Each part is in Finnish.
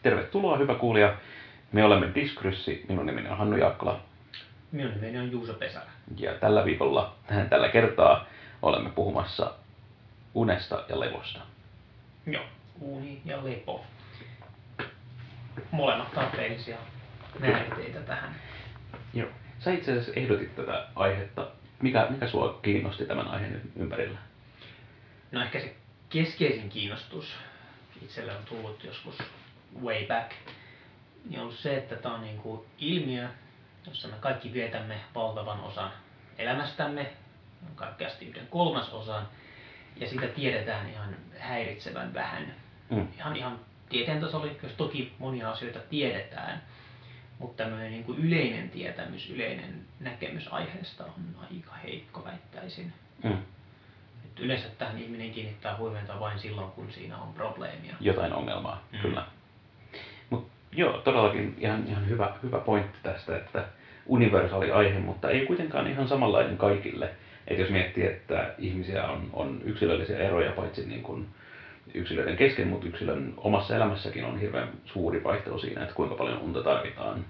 Tervetuloa, hyvä kuulija. Me olemme Diskryssi. Minun nimeni on Hannu Jaakkola. Minun nimeni on Juuso Pesälä. Ja tällä kertaa olemme puhumassa unesta ja levosta. Joo, uni ja lepo. Molemmat tarpeellisia määriteitä tähän. Joo. Sä itse asiassa ehdotit tätä aihetta. Mikä sua kiinnosti tämän aiheen ympärillä? No ehkä se keskeisin kiinnostus itselle on tullut joskus way back. Niin on ollut se, että tämä on niinku ilmiö, jossa me kaikki vietämme valtavan osan elämästämme, karkeasti 1/3, ja sitä tiedetään ihan häiritsevän vähän. Ihan tieteen tasolla, jos toki monia asioita tiedetään, mutta tämmöinen niin kuin yleinen tietämys, yleinen näkemys aiheesta on aika heikko, väittäisin. Että yleensä tähän ihminen kiinnittää huomiota vain silloin, kun siinä on probleemia. Jotain ongelmaa, kyllä. Mut joo, todellakin ihan hyvä pointti tästä, että universaali aihe, mutta ei kuitenkaan ihan samanlainen kaikille. Et jos miettii, että ihmisiä on yksilöllisiä eroja paitsi niin kuin yksilöiden kesken, mutta yksilön omassa elämässäkin on hirveän suuri vaihtelu siinä, että kuinka paljon unta tarvitaan.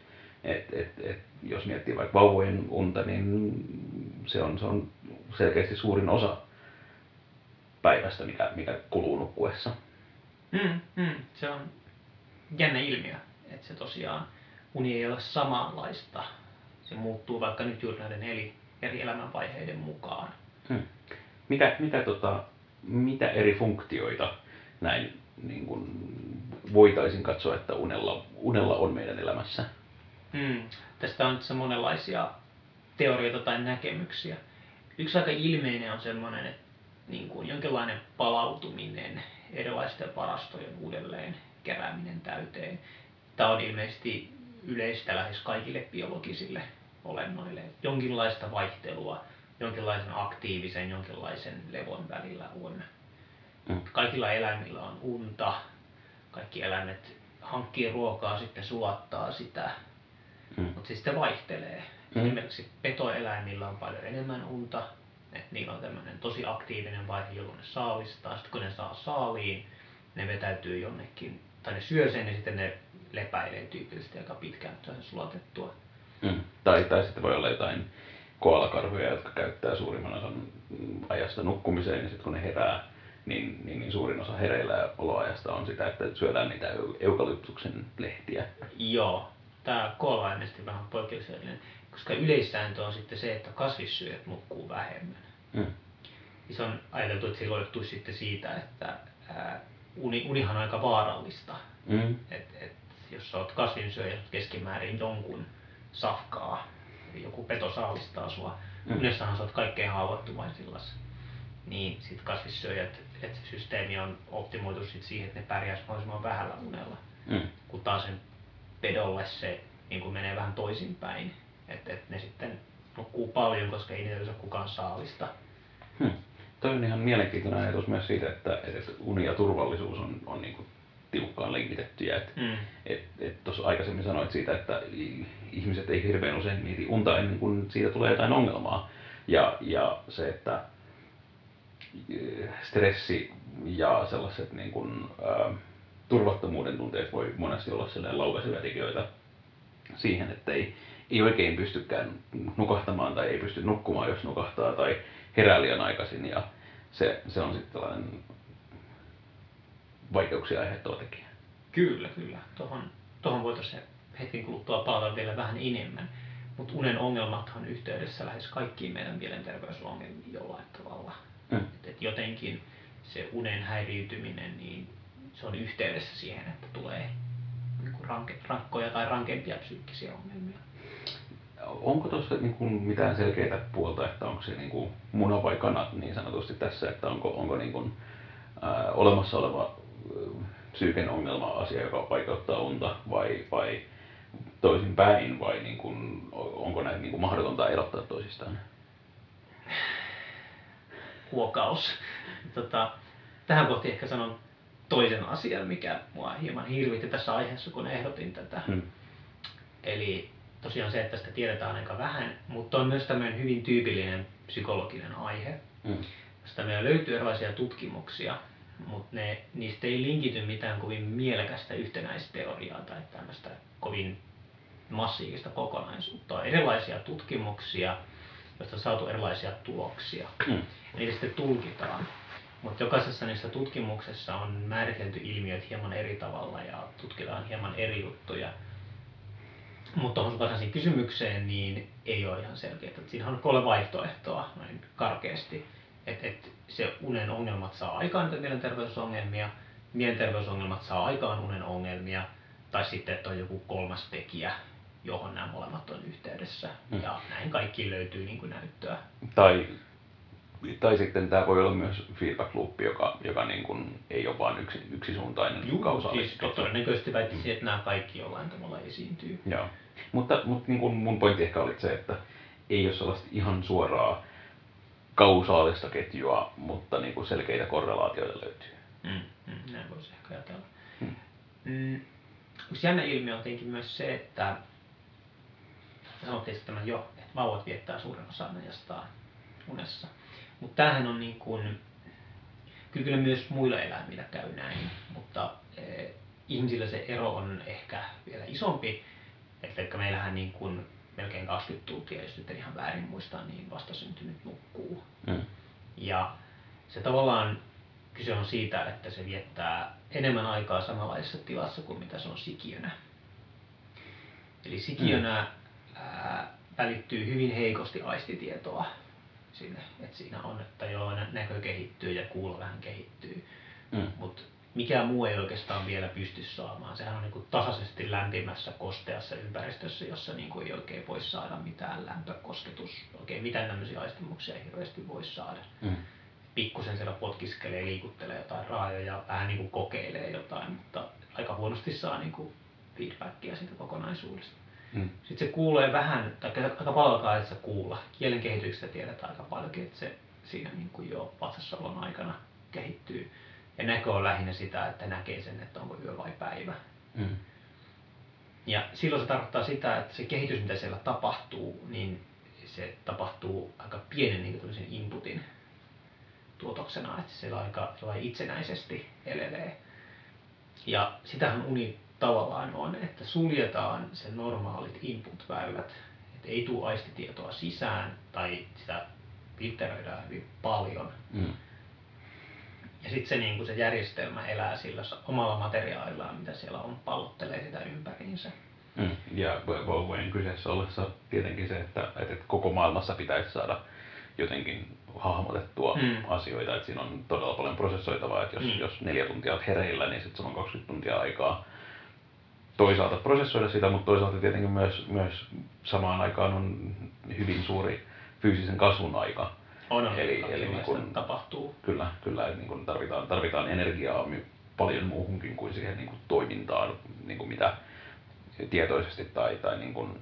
Jos miettii vaikka vauvojen unta, niin se on selkeästi suurin osa päivästä, mikä kuluu nukkuessa. Se on jännä ilmiö, että se tosiaan uni ei ole samanlaista. Se muuttuu vaikka nyt juuri näiden eri elämänvaiheiden mukaan. Mitä eri funktioita näin niin kuin voitaisiin katsoa, että unella on meidän elämässä? Tästä on se monenlaisia teorioita tai näkemyksiä. Yksi aika ilmeinen on semmoinen, että niin kuin jonkinlainen palautuminen, erilaisten varastojen uudelleen kerääminen täyteen. Tämä on ilmeisesti yleistä lähes kaikille biologisille olennoille. Jonkinlaista vaihtelua, jonkinlaisen aktiivisen, jonkinlaisen levon välillä on. Kaikilla eläimillä on unta. Kaikki eläimet hankkii ruokaa, sitten sulattaa sitä. Mutta se sitten vaihtelee. Esimerkiksi petoeläimillä on paljon enemmän unta. Et niillä on tämmöinen tosi aktiivinen vaihe, jolloin ne saalistaa. Sitten kun ne saa saaliin, ne vetäytyy jonnekin, tai ne syö sen ja sitten ne lepäilee tyypillisesti aika pitkään, että sen sulatettua. Tai sitten voi olla jotain koalakarhuja, jotka käyttää suurimman osan ajasta nukkumiseen, ja sitten kun ne herää, niin suurin osa hereilläoloajasta on sitä, että syödään niitä eukalyptuksen lehtiä. Joo, tämä koala on ilmeisesti vähän poikkeuksellinen, koska yleissääntö on sitten se, että kasvissyöjät nukkuu vähemmän. Se on ajateltu, että se johtuisi sitten siitä, että unihan on aika vaarallista. Et jos olet kasvinsyöjä keskimäärin jonkun safkaa, eli joku peto saalistaa sua, unessahan sä oot kaikkein haavoittuvaisillas. Niin sit kasvissyöjät, että se systeemi on optimoitu sit siihen, että ne pärjäis mahdollisimman vähällä unella. Kun taas sen pedolle se niin kun menee vähän toisinpäin, että ne sitten nukkuu paljon, koska ei niitä kukaan saalista. Toi on ihan mielenkiintoinen ajatus myös siitä, että uni ja turvallisuus on niin kuin tiukkaan linkitettyjä. Tuossa aikaisemmin sanoit siitä, että ihmiset ei hirveän usein mieti unta ennen kuin siitä tulee jotain ongelmaa. Ja se, että stressi ja sellaiset niin kuin, turvattomuuden tunteet voi monesti olla sellainen laukaisevia tekijöitä siihen, että ei oikein pystykään nukahtamaan tai ei pysty nukkumaan, jos nukahtaa tai herää liian aikaisin, ja se on sitten tällainen vaikeuksia aiheuttava tekijä. Kyllä. Tuohon voitaisiin hetken kuluttua palata vielä vähän enemmän. Mutta unen ongelmathan on yhteydessä lähes kaikkiin meidän mielenterveysongelmiin jollain tavalla. Et jotenkin se unen häiriytyminen, niin se on yhteydessä siihen, että tulee rankkoja tai rankempia psyykkisiä ongelmia. Onko tuossa niin mitään selkeää puolta, että onko se niin kuin muna vai kanat niin sanotusti tässä, että onko niin kuin, olemassa oleva psyyken ongelma-asia, joka vaikeuttaa unta, vai toisinpäin, vai niin kuin, onko näitä niin kuin mahdotonta erottaa toisistaan? Huokaus. Tähän kohti ehkä sanon toisen asian, mikä mua hieman hirvitti tässä aiheessa, kun ehdotin tätä. Eli tosiaan se, että sitä tiedetään aika vähän, mutta on myös tämmöinen hyvin tyypillinen psykologinen aihe. Tästä meillä löytyy erilaisia tutkimuksia. mutta niistä ei linkity mitään kovin mielekästä yhtenäisteoriaa tai tämmöistä kovin massiivista kokonaisuutta. On erilaisia tutkimuksia, joista on saatu erilaisia tuloksia. Ja niitä sitten tulkitaan. Mutta jokaisessa niissä tutkimuksessa on määritelty ilmiöt hieman eri tavalla ja tutkitaan hieman eri juttuja. Mutta tuohon varsinaisiin kysymykseen niin ei ole ihan selkeää. Siinä on 3 vaihtoehtoa noin karkeasti. Et se unen ongelmat saa aikaan niitä mielenterveysongelmia, mielenterveysongelmat saa aikaan unen ongelmia, tai sitten että on joku kolmas tekijä, johon nämä molemmat on yhteydessä. Ja näihin kaikkiin löytyy niin kuin näyttöä. Tai sitten tämä voi olla myös feedback loop, joka niin kuin ei ole vain yksisuuntainen kausaalisuus. Siis todennäköisesti väittäisin, että nämä kaikki jollain tavalla esiintyy. Joo. Mutta niin kuin mun pointti ehkä oli se, että ei ole sellaista ihan suoraa kausaalista ketjua, mutta niin kuin selkeitä korrelaatioita löytyy. Näin voisi ehkä ajatella. Yksi jännä ilmiö on tietenkin myös se, että sanottiin sitten jo, että vauvat viettää suurin osa ajastaan unessa. Mutta tämähän on niin kuin, kyllä myös muilla eläimillä käy näin, mutta ihmisillä se ero on ehkä vielä isompi. Että meillähän niin kuin melkein 20 tuntia, jos nyt en ihan väärin muista, niin vastasyntynyt nukkuu. Ja se tavallaan kyse on siitä, että se viettää enemmän aikaa samanlaisessa tilassa kuin mitä se on sikiönä. Eli sikiönä välittyy hyvin heikosti aistitietoa sinne. Että siinä on, että joo, näkö kehittyy ja kuulo vähän kehittyy. Mutta mikään muu ei oikeastaan vielä pysty saamaan. Sehän on niin tasaisesti lämpimässä, kosteassa ympäristössä, jossa niin ei oikein voi saada mitään lämpökosketus. Oikein mitään tämmöisiä aistimuksia ei hirveästi voi saada. Pikkusen siellä potkiskelee, liikuttelee jotain raajoja, vähän niin kuin kokeilee jotain, mutta aika huonosti saa niin kuin feedbackia siitä kokonaisuudesta. Sitten se kuulee vähän, tai aika paljon alkaa se kuulla. Kielen kehityksestä tiedetään aika paljonkin, että se siinä niin kuin jo vatsassaolon aikana kehittyy. Ja näkö on lähinnä sitä, että näkee sen, että onko yö vai päivä. Ja silloin se tarkoittaa sitä, että se kehitys, mitä siellä tapahtuu, niin se tapahtuu aika pienen niin kuin inputin tuotoksena, että siellä aika itsenäisesti elelee. Ja sitähän uni tavallaan on, että suljetaan se normaalit input-väylät, että ei tule aistitietoa sisään tai sitä filteröidään hyvin paljon. Ja sitten se, niin se järjestelmä elää sillä omalla materiaalillaan, mitä siellä on, pallottelee sitä ympäriinsä. Ja vauvojen kyseessä ollessa tietenkin se, että koko maailmassa pitäisi saada jotenkin hahmotettua asioita, että siinä on todella paljon prosessoitavaa, että jos 4 tuntia olet hereillä, niin sitten sulla on 20 tuntia aikaa toisaalta prosessoida sitä, mutta toisaalta tietenkin myös samaan aikaan on hyvin suuri fyysisen kasvun aika. Eli niin kun, tapahtuu. Kyllä, että niin kun tarvitaan energiaa paljon muuhunkin kuin siihen niin kun toimintaan, niin kun mitä tietoisesti tai niin kun,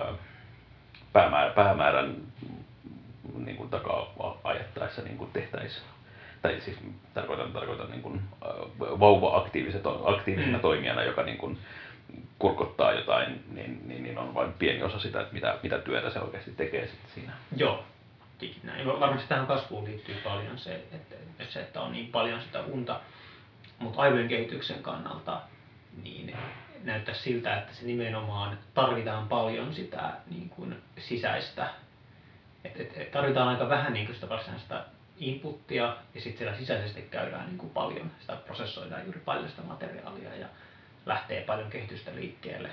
päämäärän niin kun takaa ajettaessa niin kun tehtäisiin. Tai siis tarkoitan niin kun, vauva aktiivisena toimijana, joka niin kun kurkottaa jotain, niin on vain pieni osa sitä, että mitä työtä se oikeasti tekee sitten siinä. Joo. Näin. Varmasti tähän kasvuun liittyy paljon se, että on niin paljon sitä unta, mutta aivojen kehityksen kannalta niin näyttää siltä, että se nimenomaan tarvitaan paljon sitä niin kuin sisäistä, tarvitaan aika vähän niin kuin sitä varsinaista inputtia ja sitten siellä sisäisesti käydään niin kuin paljon, sitä prosessoidaan juuri paljon sitä materiaalia ja lähtee paljon kehitystä liikkeelle.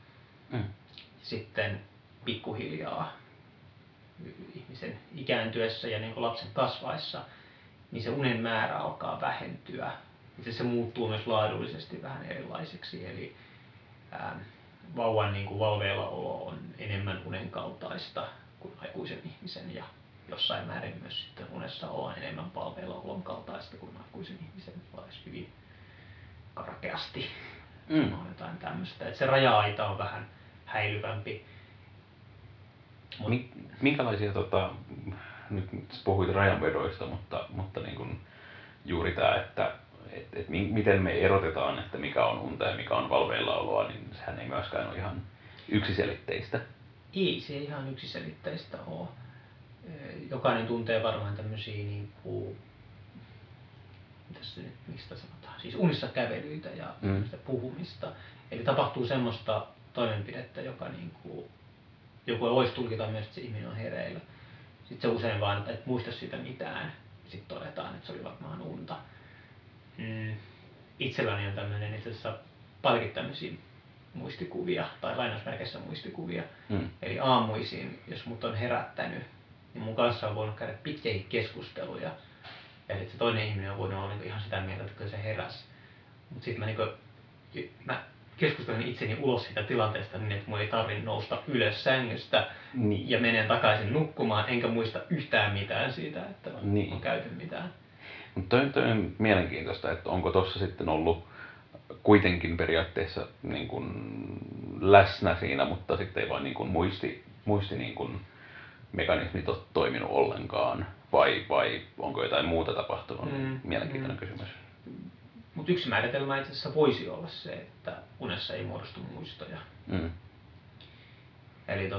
Sitten pikkuhiljaa ihmisen ikääntyessä ja niin kuin lapsen kasvaessa, niin se unen määrä alkaa vähentyä. Se muuttuu myös laadullisesti vähän erilaiseksi, eli vauvan niin kuin valveillaolo on enemmän unen kaltaista kuin aikuisen ihmisen ja jossain määrin myös sitten unessaolo on enemmän valveillaolon kaltaista kuin aikuisen ihmisen, olisi hyvin karkeasti jotain tämmöistä. Että se raja-aita on vähän häilyvämpi. Minkälaisia, nyt puhuit rajanvedoista, mutta niin kuin juuri tämä, että miten me erotetaan, että mikä on unta ja mikä on valveillaoloa, niin sehän ei myöskään ole ihan yksiselitteistä. Ei se ihan yksiselitteistä ole. Jokainen tuntee varmaan tämmöisiä niin kuin mitäs se nyt, mistä sanotaan, siis unissa kävelyitä ja sitä puhumista. Eli tapahtuu semmoista toimenpidettä, joka niinku, joku voisi tulkita myös, että se ihminen on hereillä. Sitten se usein vaan, että et muista siitä mitään. Sitten todetaan, että se oli varmaan unta. Itselläni on tämmöinen itse asiassa paljonkin tämmöisiä muistikuvia, tai lainausmerkeissä muistikuvia. Eli aamuisin, jos mut on herättänyt, niin mun kanssa on voinut käydä pitkiäkin keskusteluja. Eli se toinen ihminen on voinut olla niinku ihan sitä mieltä, että kyllä se heräsi. Mutta sitten mä keskustelin itseni ulos siitä tilanteesta niin, että mun ei tarvitse nousta ylös sängystä ja menen takaisin nukkumaan, enkä muista yhtään mitään siitä, että on käyty mitään. Mutta toi on mielenkiintoista, että onko tuossa sitten ollut kuitenkin periaatteessa niin kuin läsnä siinä, mutta sitten ei vaan niin kuin muisti niin kuin mekanismit ole toiminut ollenkaan, vai onko jotain muuta tapahtunut? Mielenkiintoinen kysymys. Mutta yksi määritelmä itse asiassa voisi olla se, että unessa ei muodostu muistoja. Eli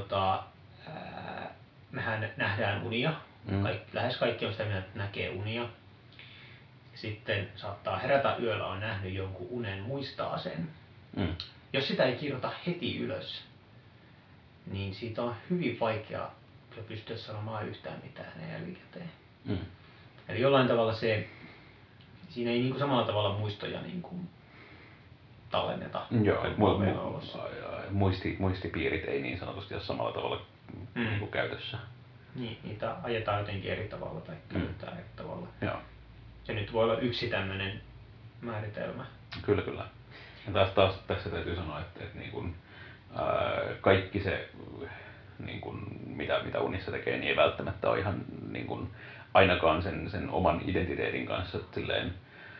mehän nähdään unia. Lähes kaikki on sitä mieltä, että näkee unia. Sitten saattaa herätä yöllä, on nähnyt jonkun unen, muistaa sen. Jos sitä ei kirjoita heti ylös, niin siitä on hyvin vaikea pystyä sanomaan yhtään mitään jälkikäteen. Eli jollain tavalla siinä ei niin kuin samalla tavalla muistoja niin kuin tallenneta. Joo, muistipiirit ei niin sanotusti ole samalla tavalla niin kuin käytössä. Niin, niitä ajetaan jotenkin eri tavalla tai käytetään eri tavalla. Joo. Se nyt voi olla yksi tämmöinen määritelmä. Kyllä. Ja taas tässä täytyy sanoa, että niin kuin, kaikki se, niin kuin, mitä unissa tekee, niin ei välttämättä ole ihan niin kuin, ainakaan sen oman identiteetin kanssa silleen,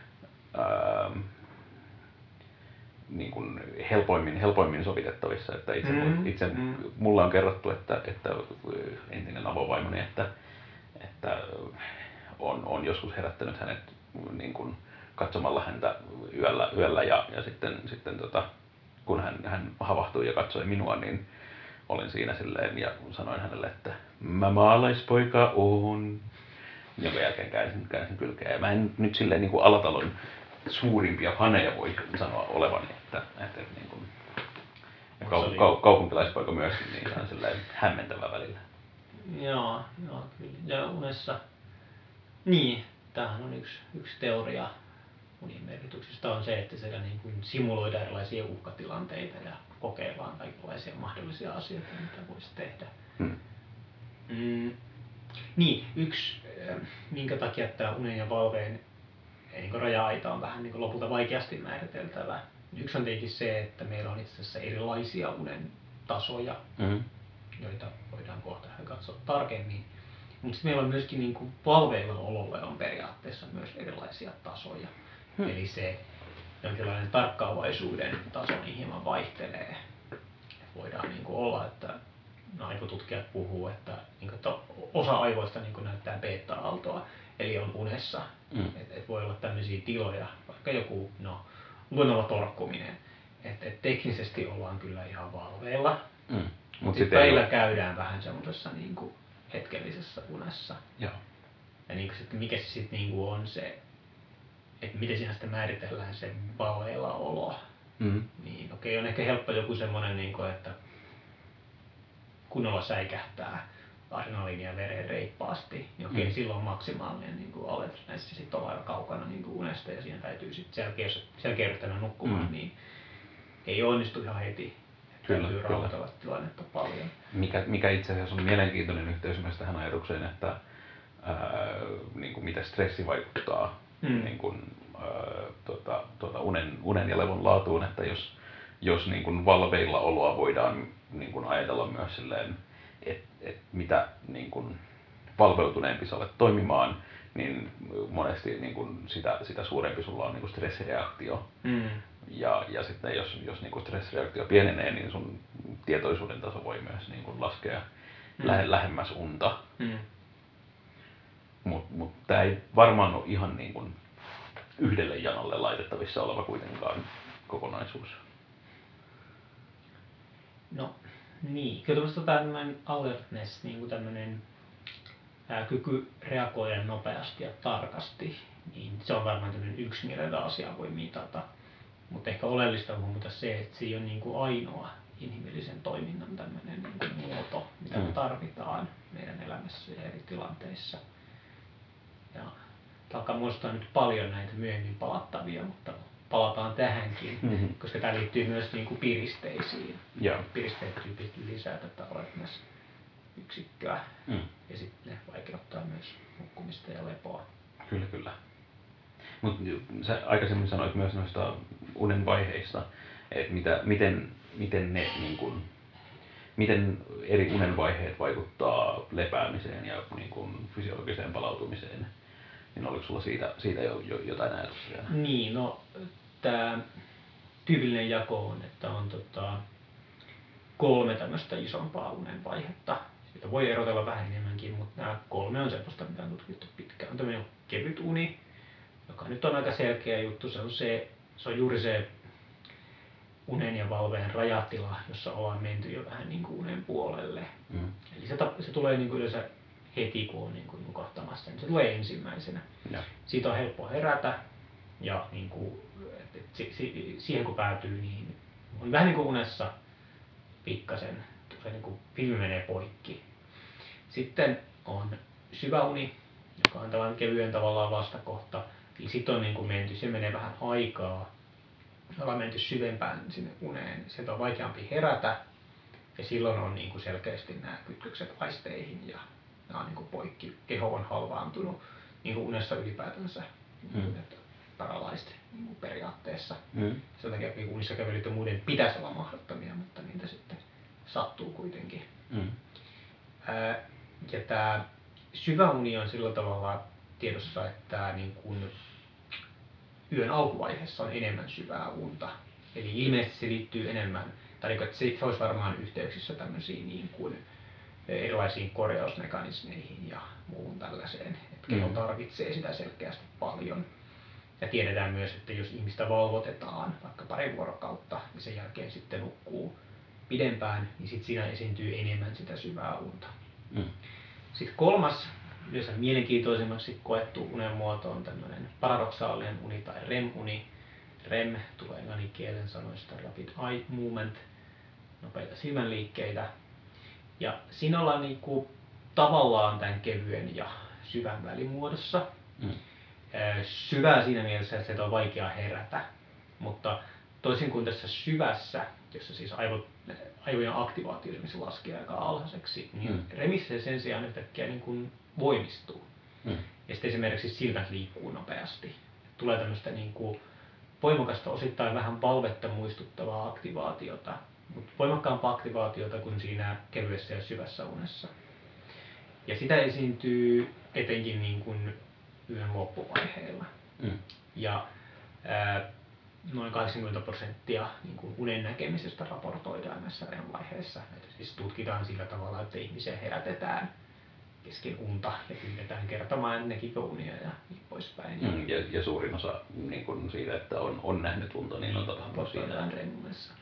niin kuin helpoimmin sovitettavissa. Että itse mulla on kerrottu, että entinen avovaimoni, että on joskus herättänyt hänet niin kuin katsomalla häntä yöllä ja sitten kun hän havahtui ja katsoi minua, niin olin siinä silleen ja sanoin hänelle, että mä maalaispoika oon, jonka jälkeen käänsin kylkeä. Ja mä en nyt silleen niin kuin Alatalon suurimpia faneja voi sanoa olevani, että niin kuin, kaupunkilaispoika myös, niin se on silleen hämmentävä välillä. Joo, kyllä. Ja unessa, niin, tämähän on yksi teoria unin merkityksestä on se, että siellä niin kuin simuloidaan erilaisia uhkatilanteita ja kokeillaan kaikenlaisia mahdollisia asioita, mitä voisi tehdä. Niin, yksi, minkä takia tämä unen ja valveen niin raja-aita on vähän niin kuin lopulta vaikeasti määriteltävä. Yksi on tietenkin se, että meillä on itse asiassa erilaisia unen tasoja, joita voidaan kohta katsoa tarkemmin. Mutta sitten meillä on myöskin niin kuin valveilla ololle on periaatteessa myös erilaisia tasoja. Eli se jonkinlainen tarkkaavaisuuden taso niin hieman vaihtelee. Voidaan niin kuin olla, että aivotutkijat puhuu, että osa aivoista niin kuin näyttää beta-aaltoa, eli on unessa. Et voi olla tämmöisiä tiloja, vaikka joku luennolla torkkuminen. Et teknisesti ollaan kyllä ihan valveilla. Mutta sitten päivä käydään vähän semmoisessa niin kuin hetkellisessä unessa. Joo. Ja niin kuin, mikä se sitten niin kuin on se, että miten siinä sitten määritellään se valveilla olo. Niin okei, on ehkä helppo joku semmoinen, niin kuin, että kunnolla säikähtää adrenaliinia vereen reippaasti, niin okei, silloin maksimaalinen niin kuin alertness ja sitten ollaan aika kaukana niin kuin unesta ja siinä täytyy sitten selkeä nukkumaan, niin ei onnistu ihan heti. Täytyy rauhoitella tilannetta paljon. Mikä itse asiassa on mielenkiintoinen yhteys myös tähän ajatukseen, että niin kuin mitä stressi vaikuttaa niin kuin, unen ja levon laatuun, että jos niin kuin valveilla oloa voidaan niin kuin ajatella myös silleen, että mitä niin kuin valveutuneempi sä olet toimimaan, niin monesti niin kuin sitä suurempi sulla on niin kuin stressireaktio. Ja sitten jos niin kuin stressireaktio pienenee, niin sun tietoisuuden taso voi myös niin kuin laskea lähemmäs unta. Mut tää ei varmaan ole ihan niin kuin yhdelle janalle laitettavissa oleva kuitenkaan kokonaisuus. No niin, kyllä tämmöinen alertness, niin kuin tämmöinen kyky reagoida nopeasti ja tarkasti, niin se on varmaan tämmöinen yksi, millä tätä asiaa voi mitata. Mutta ehkä oleellista on huomata se, että se ei ole niin kuin ainoa inhimillisen toiminnan tämmöinen niin kuin muoto, mitä me tarvitaan meidän elämässä ja eri tilanteissa. Ja alkaa muistaa nyt paljon näitä myöhemmin palattavia, mutta palataan tähänkin, koska tämä liittyy myös niin kuin piristeisiin. Piristeet tyypillisesti lisää tätä olemassa-yksikköä ja sitten ne vaikeuttaa myös nukkumista ja lepoa. Kyllä. Mutta sä aikaisemmin sanoit myös noista unen vaiheista, että miten eri unen vaiheet vaikuttaa lepäämiseen ja niin kuin fysiologiseen palautumiseen. Niin oliko sulla siitä jotain ajatuksia? Niin, no tämä tyypillinen jako on, että on 3 tämmöistä isompaa unen vaihetta. Siitä voi erotella vähän enemmänkin, mutta nämä 3 on semmoista, mitä on tutkittu pitkään. On tämmöinen kevyt uni, joka nyt on aika selkeä juttu. Se on juuri se unen ja valveen rajatila, jossa ollaan menty jo vähän niin kuin unen puolelle. Eli se tulee niin kuin yleensä heti, kun on niin kuin nukahtamassa, niin se tulee ensimmäisenä. Siitä on helppo herätä ja niin kuin, siihen kun päätyy, niin on vähän niin kuin unessa pikkasen, se niin kuin filmi menee poikki. Sitten on syvä uni, joka on tällainen kevyen tavallaan vastakohta. Eli sitten on niin kuin menty, se menee vähän aikaa. Ollaan menty syvempään sinne uneen, sieltä on vaikeampi herätä ja silloin on niin kuin selkeästi nämä kytkökset aisteihin ja nämä on niin kuin poikki, keho on halvaantunut niin kuin unessa ylipäätänsä, paralaiset niin periaatteessa. Sen takia unissa kävelyt ja muiden pitäisi olla mahdottomia, mutta niitä sitten sattuu kuitenkin. Ja tämä syvä uni on sillä tavalla tiedossa, että niin kuin yön alkuvaiheessa on enemmän syvää unta. Eli ilmeisesti se liittyy enemmän, tai että se olisi varmaan yhteyksissä tämmöisiin niin kuin erilaisiin korjausmekanismeihin ja muuhun tällaiseen. Että keho tarvitsee sitä selkeästi paljon. Ja tiedetään myös, että jos ihmistä valvotetaan vaikka 2 vuorokautta ja sen jälkeen sitten nukkuu pidempään, niin sitten siinä esiintyy enemmän sitä syvää unta. Sitten 3. yleensä mielenkiintoisemmaksi koettu unen muoto on tämmöinen paradoksaalinen uni tai REM-uni. REM tulee englannin kielen sanoista Rapid Eye Movement, nopeita silmänliikkeitä. Ja siinä ollaan niinku tavallaan tämän kevyen ja syvän välimuodossa. Syvää siinä mielessä, että se on vaikea herätä, mutta toisin kuin tässä syvässä, jossa siis aivojen aktivaatio esimerkiksi laskee aika alhaiseksi, niin remissä sen sijaan yhtäkkiä niin kuin voimistuu. Ja sitten esimerkiksi silmät liikkuu nopeasti. Tulee tämmöistä niin kuin voimakasta, osittain vähän valvetta muistuttavaa aktivaatiota, mutta voimakkaampaa aktivaatiota kuin siinä kevyessä ja syvässä unessa. Ja sitä esiintyy etenkin niin kuin yön loppuvaiheilla. Ja noin 80% niin kuin unen näkemisestä raportoidaan näissä REM-vaiheissa. Siis tutkitaan sillä tavalla, että ihmisiä herätetään kesken unta ja pyydetään kertomaan näkikö unia ja niin poispäin. Ja suurin osa niin kuin siitä, että on nähnyt unta, niin on tapahtunut siinä. REM-unessa.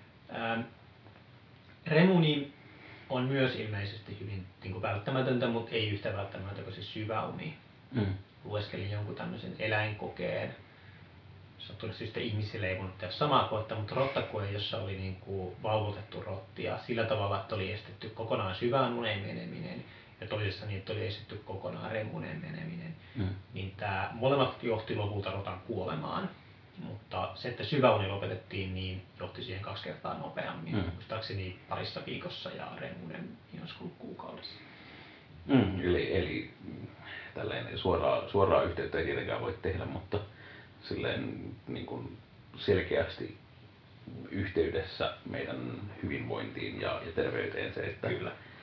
REM-uni on myös ilmeisesti hyvin niin kuin välttämätöntä, mutta ei yhtä välttämätöntä kuin se syvä uni. Lueskelin jonkun tämmöisen eläinkokeen. Sattuneesta syystä ihmisille ei voinut tehdä samaa koetta, mutta rottakoe, jossa oli niin kuin valvotettu rottia sillä tavalla, että oli estetty kokonaan syvään uneen meneminen ja toisessa niin, että oli estetty kokonaan REM-uneen meneminen. Niin tämä molemmat johti lopulta rotan kuolemaan, mutta se, että syvä uni lopetettiin, niin johti siihen 2 kertaa nopeammin, muistaakseni parissa viikossa ja REM-unen kuukaudessa. Eli tällainen suoraa yhteyttä ei tietenkään voi tehdä, mutta silleen niin kuin selkeästi yhteydessä meidän hyvinvointiin ja terveyteen se, että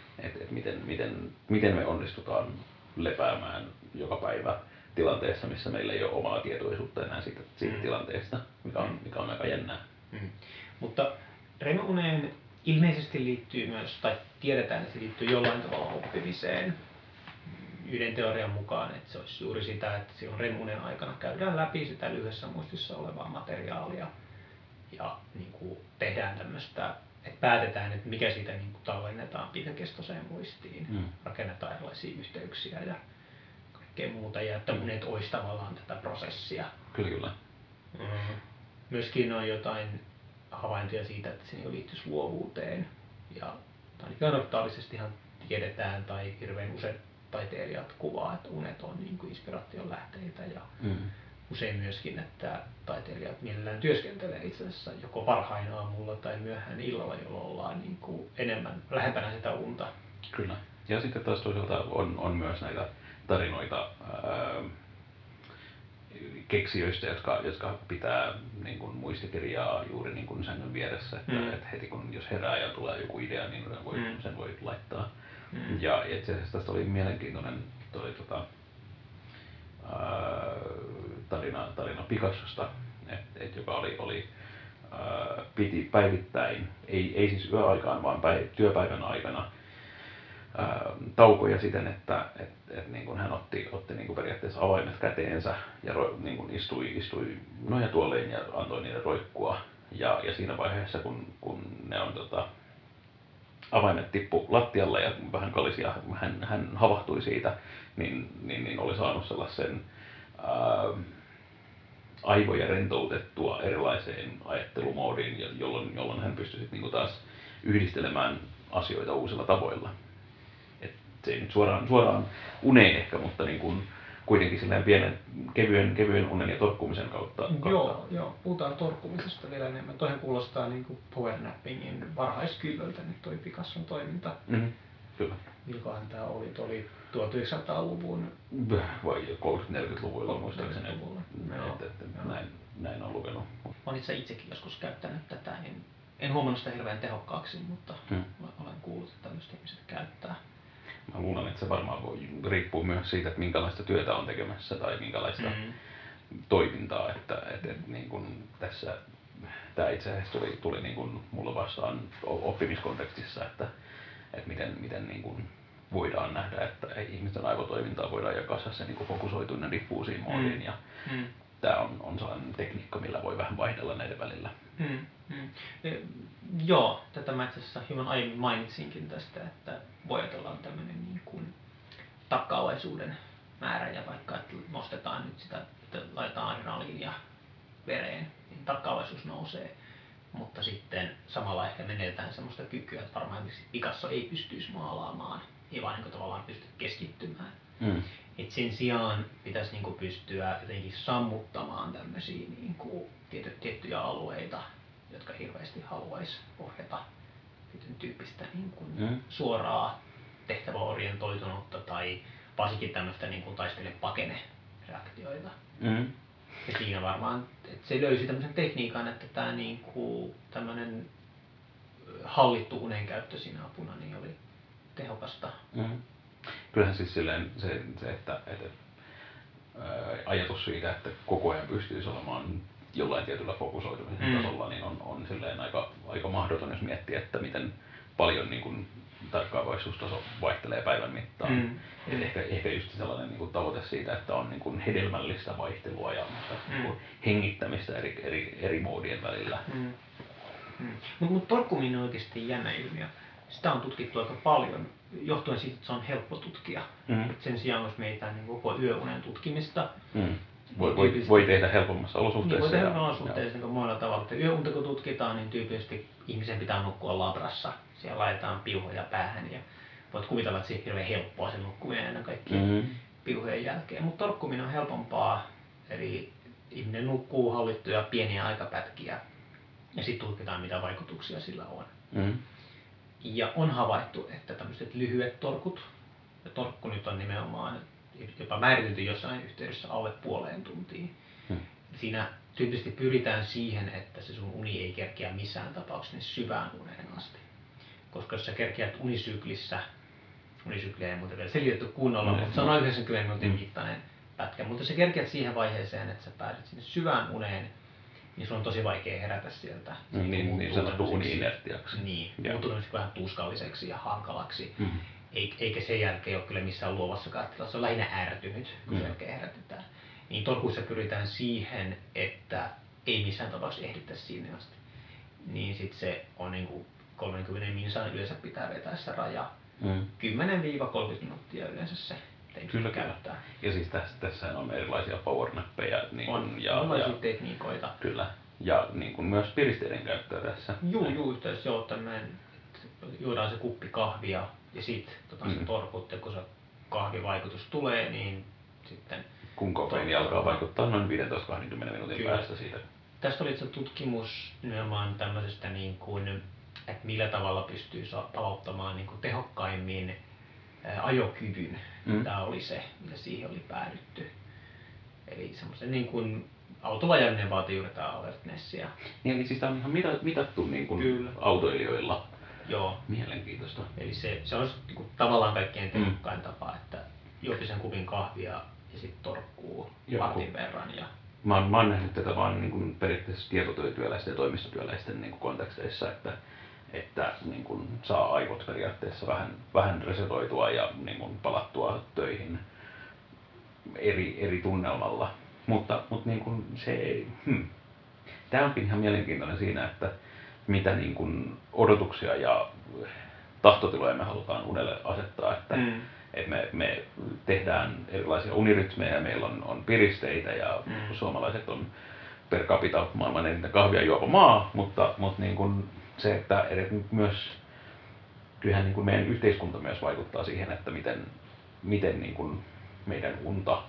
miten me onnistutaan lepäämään joka päivä tilanteessa, missä meillä ei ole omaa tietoisuutta enää siitä tilanteesta, mikä on aika jännää. Mutta REM-uneen ilmeisesti liittyy myös, tai tiedetään, että se liittyy jollain tavalla oppimiseen. Yhden teorian mukaan, että se olisi juuri sitä, että silloin REM-unen aikana käydään läpi sitä lyhyessä muistissa olevaa materiaalia ja niin kuin tehdään tämmöistä että päätetään, että mikä siitä niin kuin tallennetaan pitkäkestoiseen muistiin, rakennetaan erilaisia yhteyksiä ja kaikkea muuta, ja että unet olisi tavallaan tätä prosessia. Kyllä. Myöskin on jotain havaintoja siitä, että se liittyisi luovuuteen, ja anekdotaalisestihan tiedetään, tai hirveän usein taiteilijat kuvaa, että unet on niin kuin inspiraation lähteitä, ja usein myöskin, että taiteilijat mielellään työskentelee itse asiassa joko varhain aamulla tai myöhään illalla, jolloin ollaan niin kuin enemmän lähempänä sitä unta. Kyllä. Ja sitten taas toisaalta on myös näitä tarinoita keksijöistä, jotka pitää niin kuin muistikirjaa juuri niin kuin sängyn vieressä, että heti kun jos herää ja tulee joku idea, niin sen voi laittaa. Ja itse asiassa tästä oli mielenkiintoinen tarina Picassosta, joka piti päivittäin, ei siis yöaikaan, vaan työpäivän aikana taukoja siten, että niin kuin hän otti niin kuin periaatteessa avaimet käteensä ja niin kuin istui nojatuoliin ja antoi niiden roikkua. Ja siinä vaiheessa, kun ne on avaimet tippu lattialle ja vähän kalisi ja hän havahtui siitä, niin oli saanut sellaisen aivoja rentoutettua erilaiseen ajattelumoodiin, jolloin hän pystyi sitten niinku taas yhdistelemään asioita uusilla tavoilla. Et se ei nyt suoraan uneen ehkä, mutta niin kuin kuitenkin silleen pienen kevyen unen ja torkkumisen kautta. Joo, puhutaan torkkumisesta vielä enemmän. Toihan kuulostaa niin kuin powernappingin varhaiskyllöltä nyt toi Picasson toiminta. Kyllä. Milloinhan tämä oli? Tuo oli 1900-luvun vai 30-40-luvulla muistaakseni. Näin on lukenut. Olen itsekin joskus käyttänyt tätä. En huomannut sitä hirveän tehokkaaksi, mutta olen kuullut, että tämmöistä ihmiset käyttää. Mä luulen, että se varmaan riippuu myös siitä, että minkälaista työtä on tekemässä tai minkälaista toimintaa. Että niin kun tässä tämä itse asiassa tuli niin kun mulla vastaan oppimiskontekstissa, että miten niin kun voidaan nähdä, että ihmisten aivotoimintaa voidaan jakaa se niin fokusoituun ja diffuusiin moodiin. Ja tämä on sellainen tekniikka, millä voi vähän vaihdella näiden välillä. Joo, tätä mä itse asiassa hieman aiemmin mainitsinkin tästä, että voi ajatella tämmöinen niin kuin takkaavaisuuden määrä, ja vaikka että nostetaan nyt sitä, että laitetaan adrenaliinia vereen, niin takkaavaisuus nousee. Mutta sitten samalla ehkä menetään semmoista kykyä, että varmaan Picasso ei pystyisi maalaamaan, ei vaan niin tavallaan pysty keskittymään. Et sen sijaan pitäisi niin kuin pystyä jotenkin sammuttamaan tämmöisiä niin kuin tiettyjä alueita, jotka hirveästi haluaisi ohjata tietyn tyyppistä niin kuin suoraa tehtäväorientoitunutta tai varsinkin tämmöistä niin kuin taistele-pakene-reaktioita. Ja siinä varmaan, että se löysi tämmöisen tekniikan, että tämä niin kuin tämmöinen hallittu unenkäyttö siinä apuna niin oli tehokasta. Kyllähän siis silleen se että ajatus siitä, että koko ajan pystyisi olemaan jollain tietyllä fokusoitumisen tasolla, niin on silleen aika mahdoton, jos miettii, että miten paljon niin kuin tarkkaavaisuustaso vaihtelee päivän mittaan. Ehkä just sellainen niin kuin tavoite siitä, että on niin kuin hedelmällistä vaihtelua ja niin kuin hengittämistä eri moodien välillä. Mutta torkkuminen on oikeasti jännä ilmiö. Sitä on tutkittu aika paljon, johtuen siitä, että se on helppo tutkia. Sen sijaan, jos mietitään niin koko yöunen tutkimista, voi tehdä helpommassa olosuhteissa. Niin, voi tehdä olosuhteissa niin monella tavalla. Yöunta kun tutkitaan, niin tyypillisesti ihmisen pitää nukkua labrassa. Siellä laitetaan piuhoja päähän ja voit kuvitella, että se on hirveän helppoa se nukkuminen ennen kaikkea piuhojen jälkeen. Mutta torkkuminen on helpompaa, eli ihminen nukkuu hallittuja pieniä aikapätkiä ja sitten tutkitaan, mitä vaikutuksia sillä on. Ja on havaittu, että tämmöiset lyhyet torkut, ja torkku nyt on nimenomaan jopa määritelty jossain yhteydessä alle puoleen tuntiin. Siinä tyypillisesti pyritään siihen, että se sun uni ei kerkeä missään tapauksessa niin syvään uneen asti. Koska jos sä kerkeät unisykliä ei muuten vielä selitetty kunnolla, mutta se on noin 90 minuutin mittainen pätkä. Mutta jos sä kerkeät siihen vaiheeseen, että sä pääset sinne syvään uneen, niin sun on tosi vaikea herätä sieltä. Niin sanottu uni-inertiaksi. Niin, muuttuu vähän tuskalliseksi ja hankalaksi. Eikä sen jälkeen ole kyllä missään luovassakaan tilassa. Se on lähinnä ärtynyt, kun jälkeen herätetään. Niin torkuissa pyritään siihen, että ei missään tapauksessa ehdittäisi sinne asti. Niin sit se on niinku 30 minsaan yleensä pitää vetää se raja. 10-30 minuuttia yleensä se Kyllä. käyttää. Ja siis tässä on erilaisia powernappeja. Niin on ja tekniikoita. Kyllä. Ja niin kuin myös piristeiden käyttöä tässä. Joo, tämmöinen, juodaan se kuppi kahvia ja sitten se torkut, ja kun se kahvivaikutus tulee, niin sitten... Kun kofeiini alkaa vaikuttaa noin 15-20 minuutin päästä siitä. Tästä oli itse tutkimus nimenomaan tämmöisestä, niin kuin, että millä tavalla pystyy palauttamaan niin kuin tehokkaimmin ajokyvyn. Tämä oli se, mitä siihen oli päädytty. Eli semmoisen niin kuin autoajaminen vaatii juuri tämä alertnessia. Niin, eli siis tämä on ihan mitattu niin kuin autoilijoilla. Joo. Mielenkiintoista. Eli se on niin kuin tavallaan kaikkein tehokkain tapa, että juopi sen kupin kahvia ja sitten torkkuu vartin verran. Ja... Mä oon nähnyt tätä vaan niin kuin periaatteessa tietotyöläisten ja toimistotyöläisten niin kuin konteksteissa, että niin kuin saa aivot periaatteessa vähän resetoitua ja niin kuin palattua töihin eri tunnelmalla. Mutta niin kuin se, tämä onkin ihan mielenkiintoinen siinä, että mitä niin kuin odotuksia ja tahtotiloja me halutaan unelle asettaa, että me tehdään erilaisia unirytmejä ja meillä on piristeitä ja suomalaiset on per capita maailman eniten kahvia juova maa, mutta niin kuin se, että myös kyllähän niin kuin meidän yhteiskunta myös vaikuttaa siihen, että miten niin kuin meidän unta,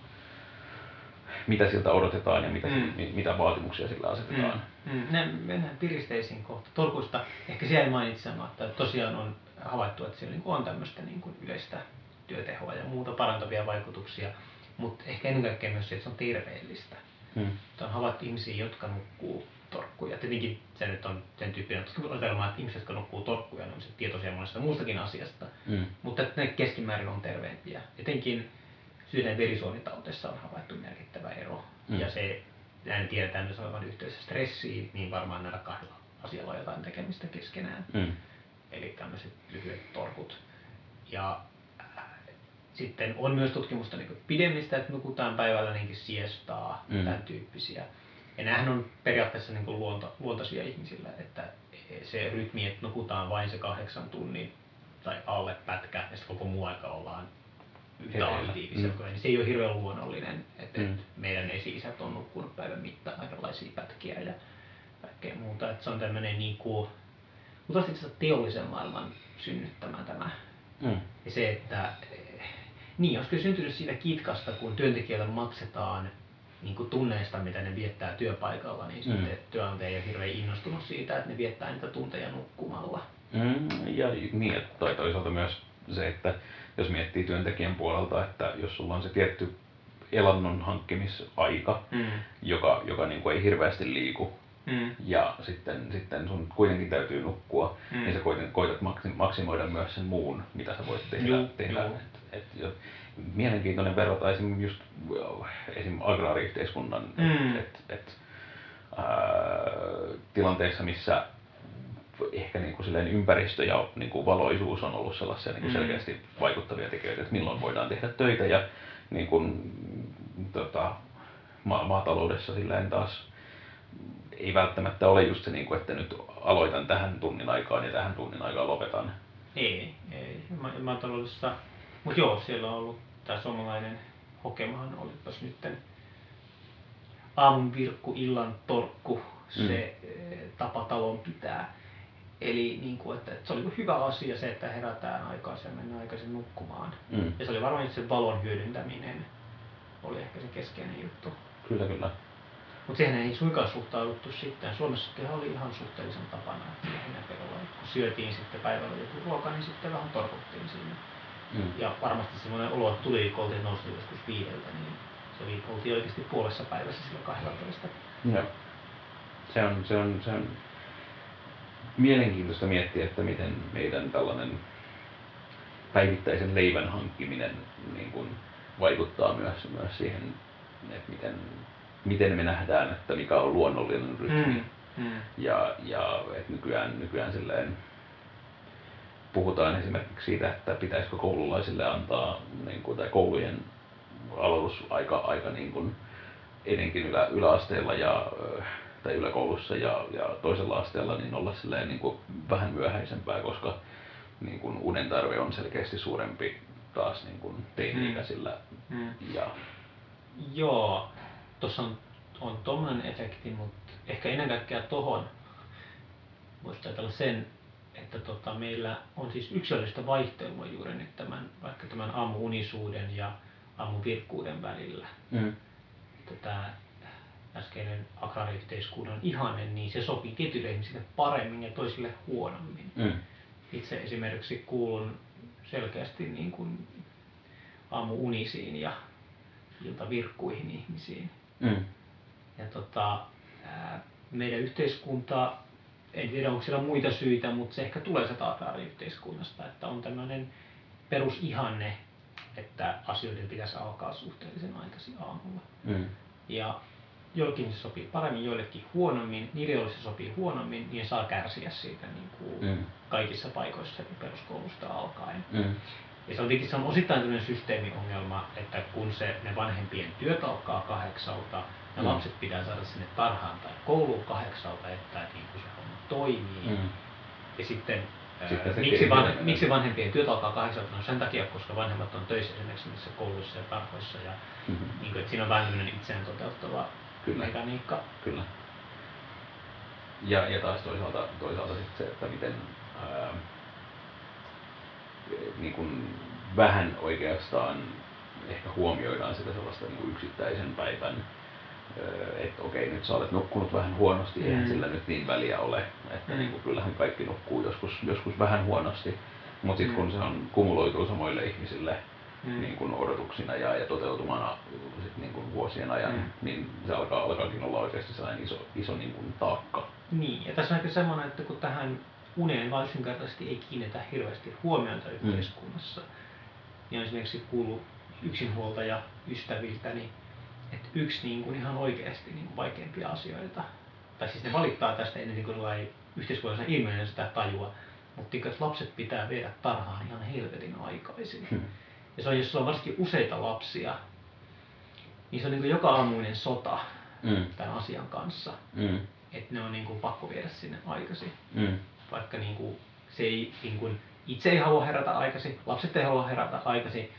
mitä siltä odotetaan ja mitä vaatimuksia sillä asetetaan. Mennään piristeisiin kohta. Torkusta ehkä siellä mainitsematta, että tosiaan on havaittu, että siellä on tämmöistä niin kuin yleistä työtehoa ja muuta parantavia vaikutuksia, mutta ehkä ennen kaikkea myös se, että se on terveellistä. On havaittu ihmisiä, jotka nukkuu torkkuja. Tietenkin se nyt on sen tyyppinen tutkimusotelma, että ihmiset, jotka nukkuu torkkuja, ne on tietoisia monesta muustakin asiasta, mutta että ne keskimäärin on terveempiä. Etenkin sydän- ja verisuonitauteissa on havaittu merkittävä ero. Ja se, näin tiedetään myös olevan yhteydessä stressiin, niin varmaan näillä kahdella asialla on jotain tekemistä keskenään. Eli tämmöiset lyhyet torkut. Ja sitten on myös tutkimusta niin pidemmistä, että nukutaan päivällä niinkin siestaa, tämän tyyppisiä. Ja näähän on periaatteessa niin kuin luontaisia ihmisillä, että se rytmi, että nukutaan vain se 8 tunnin tai alle pätkä, ja sitten koko muu aika ollaan yhtä aktiivisia, niin se ei ole hirveän luonnollinen. Että meidän esi-isät on nukkunut päivän mittaan aikalaisia pätkiä ja kaikkea muuta. Että se on tämmöinen niin kuin, mutta itse asiassa teollisen maailman synnyttämä tämä. Ja se, että niin, olisi kyllä syntynyt siitä kitkasta, kun työntekijöille maksetaan niin kuin tunneista, mitä ne viettää työpaikalla, niin sitten työnantaja ei ole hirveän innostunut siitä, että ne viettää niitä tunteja nukkumalla. Ja niin, että toisaalta myös se, että jos miettii työntekijän puolelta, että jos sulla on se tietty elannon hankkimisaika, joka niin kuin ei hirveästi liiku, ja sitten sun kuitenkin täytyy nukkua, niin sä koitat maksimoida myös sen muun, mitä sä voit tehdä. Mielenkiintoinen verrata esimerkiksi agraariyhteiskunnan tilanteessa, missä ehkä niin kuin silleen ympäristö ja niin kuin valoisuus on ollut sellaisia niin kuin selkeästi vaikuttavia tekijöitä, että milloin voidaan tehdä töitä ja niin kuin, maataloudessa silleen taas ei välttämättä ole just se, niin kuin, että nyt aloitan tähän tunnin aikaan ja tähän tunnin aikaan lopetan. Ei. Maataloudessa, mutta joo, siellä on ollut tämä suomalainen hokemahan olipas nytten aamun virkku, illan torkku, se tapa talon pitää. Eli niin kuin, että se oli hyvä asia se, että herätään aikaisin ja mennään aikaisin nukkumaan. Ja se oli varmaan se valon hyödyntäminen oli ehkä se keskeinen juttu. Kyllä. Mutta siihen ei suinkaan suhtauduttu sitten. Suomessakin oli ihan suhteellisen tapana, että kun syötiin sitten päivällä joku ruoka, niin sitten vähän torkuttiin sinne. Ja varmasti semmoinen olo, että tuli, kun oltiin noussut joskus 5, niin oltiin oikeasti puolessa päivässä sillä 12. Joo. Se on mielenkiintoista miettiä, että miten meidän tällainen päivittäisen leivän hankkiminen niin kuin vaikuttaa myös siihen, että miten me nähdään, että mikä on luonnollinen rytmi. Ja että nykyään silleen puhutaan esimerkiksi siitä, että pitäisikö koululaisille antaa niin kuin, tai koulujen aloitusaika niin kuin etenkin yläasteella ja tai yläkoulussa ja toisella asteella niin olla silleen niin kuin vähän myöhäisempää, koska niin kuin unen tarve on selkeästi suurempi taas niin kuin teini-ikäisillä. Ja Joo, tuossa on tommonen efekti, mutta ehkä ennen kaikkea tohon voisi ajatella sen, että meillä on siis yksilöllistä vaihtelua juuri nyt vaikka tämän aamu-unisuuden ja aamuvirkkuuden välillä. Tämä äskeinen agraariyhteiskunnan ihanne, niin se sopii tietyille ihmisille paremmin ja toisille huonommin. Itse esimerkiksi kuulun selkeästi niin kuin aamu-unisiin ja iltavirkkuihin ihmisiin. Ja meidän yhteiskunta, en tiedä onko siellä muita syitä, mutta se ehkä tulee sieltä agraariyhteiskunnasta, että on tämmöinen perusihanne, että asioiden pitäisi alkaa suhteellisen aikaisin aamulla. Ja joillekin se sopii paremmin, joillekin huonommin. Niille, joille se sopii huonommin, niin saa kärsiä siitä niin kuin kaikissa paikoissa peruskoulusta alkaen. Ja se on osittain tämmöinen systeemiongelma, että kun ne vanhempien työt alkaa 8:00, ja lapset pitää saada sinne tarhaan tai kouluun 8:00, että niin kuin se homma toimii. Ja sitten miksi vanhempien työt alkaa 8:00? No sen takia, koska vanhemmat on töissä esimerkiksi niissä kouluissa ja tarhoissa. Ja niin kuin, että siinä on vähän tämmöinen itseään toteuttava mekaniikka. Kyllä. Ja taas toisaalta sitten se, että miten niin kuin vähän oikeastaan ehkä huomioidaan sitä sellaista niin kuin yksittäisen päivän, että okei, nyt sä olet nukkunut vähän huonosti, eihän sillä nyt niin väliä ole, että niin kuin, kyllähän kaikki nukkuu joskus vähän huonosti, mutta sitten kun se on kumuloituu samoille ihmisille niin kuin odotuksina ja toteutumana sit niin kuin vuosien ajan, niin se alkaakin olla oikeasti sellainen iso niin kuin taakka. Niin, ja tässä on ehkä semmoinen, että kun tähän uneen vaan yksinkertaisesti ei kiinnitä hirveästi huomiota yhteiskunnassa, niin on esimerkiksi kuullut yksinhuoltaja ystäviltäni, että yksi niin kuin ihan oikeasti niin kuin vaikeimpia asioita, tai siis ne valittaa tästä ennen kuin yhteiskunnallisena ilmiönä sitä tajua, mutta että lapset pitää viedä tarhaan ihan helvetin aikaisin. Ja se on, jos sulla on varsinkin useita lapsia, niin se on niin kuin joka aamuinen sota tämän asian kanssa, että ne on niin kuin pakko viedä sinne aikaisin. Vaikka niin kuin se ei, niin kuin, itse ei halua herätä aikaisin, lapset ei halua herätä aikaisin,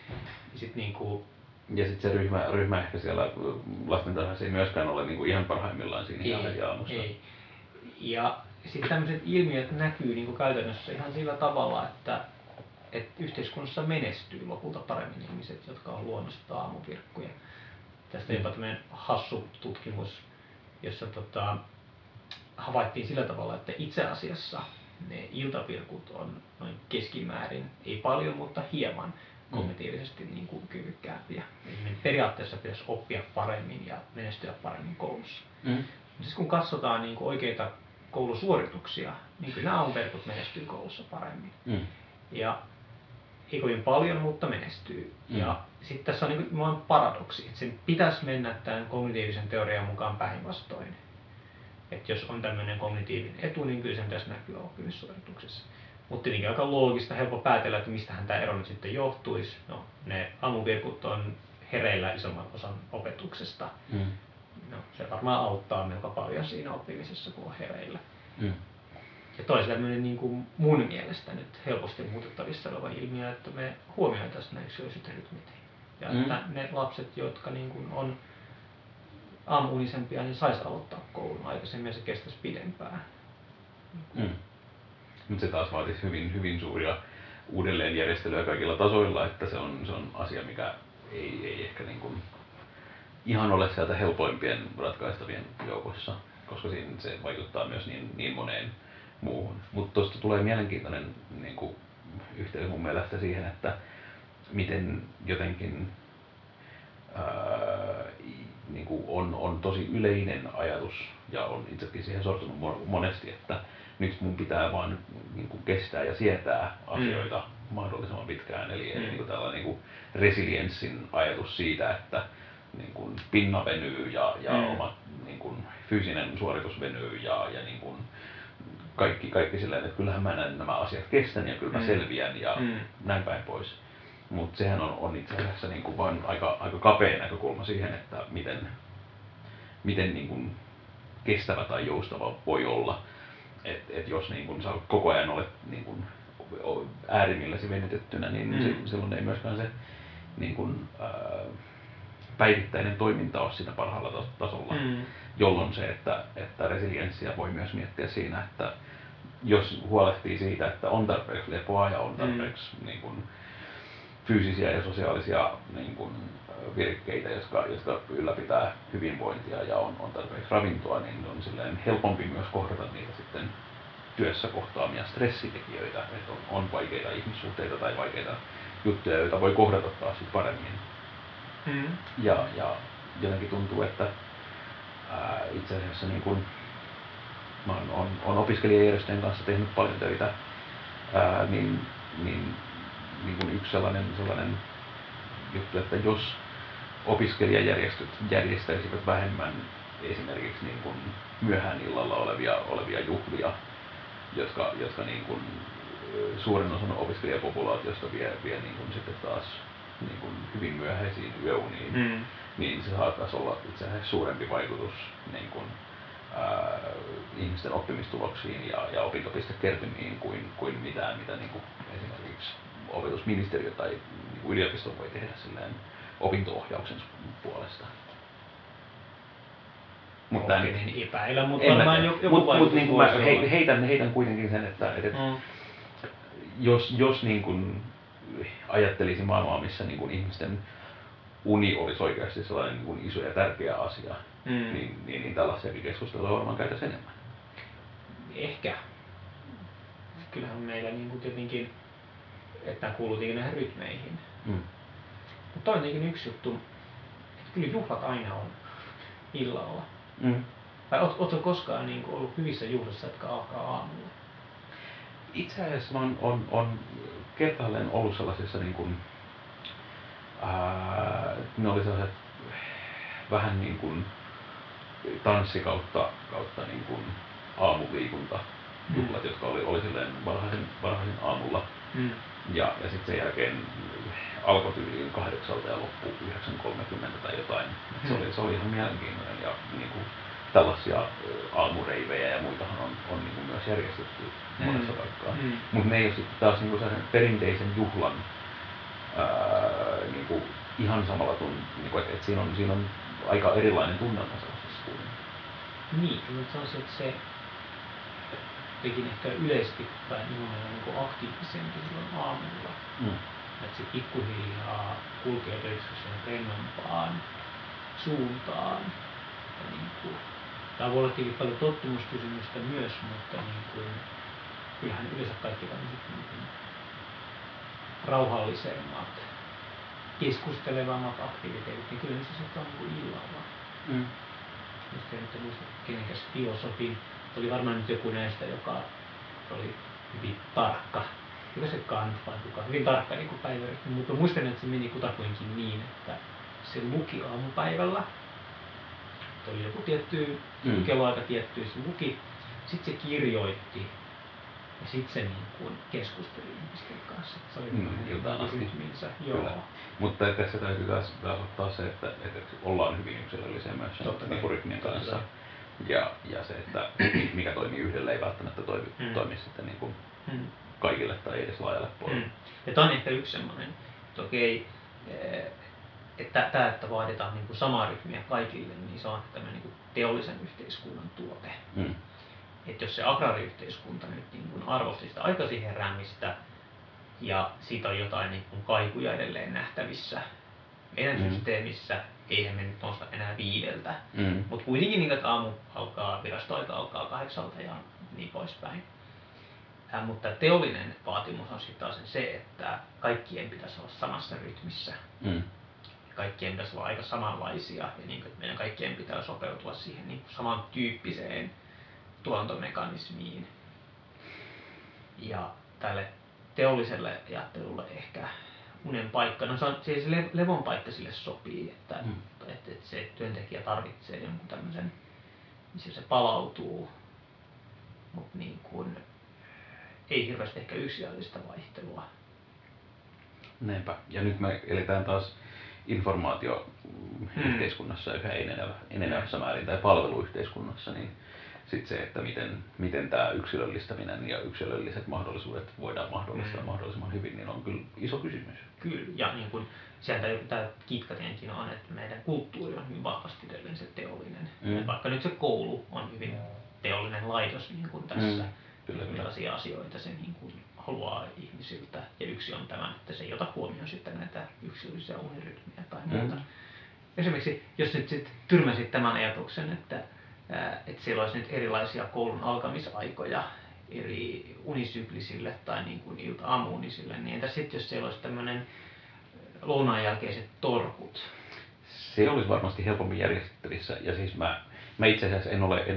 ja sitten se ryhmä ehkä siellä lastentarhassa ei myöskään ole niin kuin ihan parhaimmillaan siinä heti aamusta. Ei. Ja sitten tämmöiset ilmiöt näkyy niin kuin käytännössä ihan sillä tavalla, että yhteiskunnassa menestyy lopulta paremmin ihmiset, jotka on luonnosta aamuvirkkuja. Tästä jopa tämmöinen hassu tutkimus, jossa havaittiin sillä tavalla, että itse asiassa ne iltavirkut on noin keskimäärin, ei paljon, mutta hieman kognitiivisesti niin kuin kyvykkäämpiä. Eli periaatteessa pitäisi oppia paremmin ja menestyä paremmin koulussa. Siis kun katsotaan niin kuin oikeita koulusuorituksia, niin kyllä nämä aamuvirkut menestyy koulussa paremmin. Ja ei kovin paljon, mutta menestyy. Ja sitten tässä on niin kuin paradoksi, että sen pitäisi mennä tämän kognitiivisen teorian mukaan päinvastoin. Että jos on tämmöinen kognitiivinen etu, niin kyllä sen pitäisi näkyä oppimissuorituksessa. Mutta tietenkin aika loogista, helppo päätellä, että mistähän tämä ero nyt sitten johtuisi. No, ne aamuvirkut on hereillä isomman osan opetuksesta. No, se varmaan auttaa melko paljon siinä oppimisessa, kun on hereillä. Ja toisaalta tämmöinen niin kuin mun mielestä nyt helposti muutettavissa oleva ilmiö, että me huomioitaisiin nämä yksilölliset rytmit. Ja että ne lapset, jotka niin kuin on aamuunisempia, niin saisi aloittaa koulun aikaisemmin ja se kestäisi pidempään. Mutta se taas vaatisi hyvin suuria uudelleenjärjestelyjä kaikilla tasoilla, että se on asia, mikä ei ehkä niin kuin ihan ole sieltä helpoimpien ratkaistavien joukossa, koska siinä se vaikuttaa myös niin moneen muuhun. Mutta tuosta tulee mielenkiintoinen niin kuin yhteys mun mielestä siihen, että miten jotenkin niin kuin on tosi yleinen ajatus ja on itsekin siihen sortunut monesti, että nyt mun pitää vaan niin kuin kestää ja sietää asioita mahdollisimman pitkään. Eli niin kuin tällainen niin kuin resilienssin ajatus siitä, että niin kuin pinna venyy ja oma niin kuin fyysinen suoritus venyy ja niin kuin kaikki silleen, että kyllähän mä nämä asiat kestän ja kyllä mä selviän ja näin päin pois. Mutta sehän on itse asiassa niin kuin vain aika kapea näkökulma siihen, että miten niin kuin kestävä tai joustava voi olla. Et jos niin kun sä koko ajan olet niin kun äärimmilläsi venytettynä, niin silloin ei myöskään se niin kun, päivittäinen toiminta ole siinä parhaalla tasolla, jolloin se, että resilienssiä voi myös miettiä siinä, että jos huolehtii siitä, että on tarpeeksi lepoa ja on tarpeeksi niin kun, fyysisiä ja sosiaalisia niin kun, virkkeitä, jotka ylläpitää hyvinvointia ja on tarpeeksi ravintoa, niin on silleen helpompi myös kohdata niitä sitten työssä kohtaamia stressitekijöitä, että on vaikeita ihmissuhteita tai vaikeita juttuja, joita voi kohdata taas paremmin. Ja jotenkin tuntuu, että itse asiassa niin kun, mä oon opiskelijajärjestöjen kanssa tehnyt paljon töitä, niin kun yksi sellainen juttu, että jos opiskelijajärjestöt järjestäisivät vähemmän esimerkiksi niin kun myöhään illalla olevia juhlia, jotka niin kun suurin osa opiskelijapopulaatiosta vie niin kun sitten taas niin kun hyvin myöhäisiin yöuniin, niin se saattaisi olla itse asiassa suurempi vaikutus niin kun, ihmisten oppimistuloksiin ja opintopistekertymiin kuin mitään, mitä niin kuin esimerkiksi opetusministeriö tai niin kuin yliopisto voi tehdä silleen opinto-ohjauksen puolesta. Mutta en epäillä, mutta varmaan joku vaikutus niin mä heitän kuitenkin sen, että jos niin kuin ajattelisi maailmaa, missä niin kuin ihmisten uni olisi oikeasti sellainen niin kuin iso ja tärkeä asia, niin tällaisiakin keskustelua varmaan käytäisiin enemmän. Ehkä. Kyllähän meillä niin kuin tietenkin, että kuuluu tietenkin näihin rytmeihin. Mutta on tietenkin yksi juttu, että kyllä juhlat aina on illalla. Vai ootko koskaan niin kuin ollut hyvissä juhlissa, jotka alkaa aamulla? Itse asiassa mä on kertaalleen ollut sellaisissa niin kuin, ne oli sellaiset vähän niin kuin tanssi kautta niin kuin aamuliikuntajuhlat, jotka oli silleen varhaisen aamulla. Ja sitten sen jälkeen alkoi tyyliin 8 ja loppui 9:30 tai jotain. Se oli ihan mielenkiintoinen ja niin kuin, tällaisia aamureivejä ja muitahan on niin kuin myös järjestetty monessa paikkaa. Mutta ne ei ole sitten taas niin kuin perinteisen juhlan niin kuin ihan samalla niin kuin, että siinä on aika erilainen tunnelma sellaisessa kuin. Niin, mutta sanoisin, että se jotenkin ehkä yleisesti ottaen niin kuin aktiivisempi silloin aamulla. Että se pikkuhiljaa kulkee sen rennompaan suuntaan. Ja niin kuin, tämä voi olla tietenkin paljon tottumuskysymystä myös, mutta niin kuin, kyllähän yleensä kaikki tämmöiset niin kuin rauhallisemmat, keskustelevammat aktiviteetit, niin kyllä niissä sitten on niin kuin illalla. Just en muista kenenkäs filosofi. Oli varmaan nyt joku näistä, joka oli hyvin tarkka. Joka se Kant vai kuka? Hyvin tarkka niin kuin päivärytmi. Mutta muistan, että se meni kutakuinkin niin, että se luki aamupäivällä. Että oli joku tietty kelloaika tietty, se luki. Sitten se kirjoitti. Ja sitten se niin kuin keskusteli ihmisten kanssa. Se oli iltaan asti. rytminsä. Joo. Mutta tässä täytyy taas ottaa se, että ollaan hyvin yksilöllisiä myös sen rytmien kanssa. Ja se, että mikä toimii yhdelle, ei välttämättä toimi sitten niin kuin kaikille tai edes laajalle puolelle. Ja tämä on ehkä yksi semmoinen, että okei, että vaaditaan niin kuin samaa rytmiä kaikille, niin se on tämmöinen niin kuin teollisen yhteiskunnan tuote. Että jos se agraariyhteiskunta nyt niin kuin arvosti sitä aikaisin heräämistä ja siitä on jotain niin kuin kaikuja edelleen nähtävissä meidän systeemissä, eihän me nyt nosta enää 5. Mutta kuitenkin niin, että aamu alkaa, virastoaika alkaa 8 ja niin poispäin. Mutta teollinen vaatimus on sitten taas se, että kaikkien pitäisi olla samassa rytmissä. Kaikkien pitäisi olla aika samanlaisia ja niin, että meidän kaikkien pitää sopeutua siihen niin samantyyppiseen tuotantomekanismiin. Ja tälle teolliselle ajattelulle ehkä unen paikka, no se on siis levon paikka sille sopii, että se työntekijä tarvitsee jonkun tämmöisen, missä se palautuu, mutta niin kuin ei hirveästi ehkä yksilöllistä vaihtelua. Näinpä. Ja nyt me eletään taas yhteiskunnassa yhä enenevässä määrin tai palveluyhteiskunnassa, niin sitten se, että miten tämä yksilöllistäminen ja yksilölliset mahdollisuudet voidaan mahdollistaa mahdollisimman hyvin, niin on kyllä iso kysymys. Kyllä, ja niin kuin sieltä tämä kitka tietenkin on, että meidän kulttuuri on hyvin vahvasti edelleen se teollinen. Vaikka nyt se koulu on hyvin teollinen laitos niin kuin tässä, millaisia asioita se niin kuin haluaa ihmisiltä. Ja yksi on tämä, että se ei ota huomioon sitten näitä yksilöllisiä unirytmiä tai muuta. Esimerkiksi, jos nyt sit tyrmäsit tämän ajatuksen, että siellä olisi nyt erilaisia koulun alkamisaikoja eri unisyklisille tai niin kuin ilta-aamuunisille, niin entä sitten, jos siellä olisi tämmöinen lounaan jälkeiset torkut? Se olisi varmasti helpommin järjestettävissä, ja siis mä itse asiassa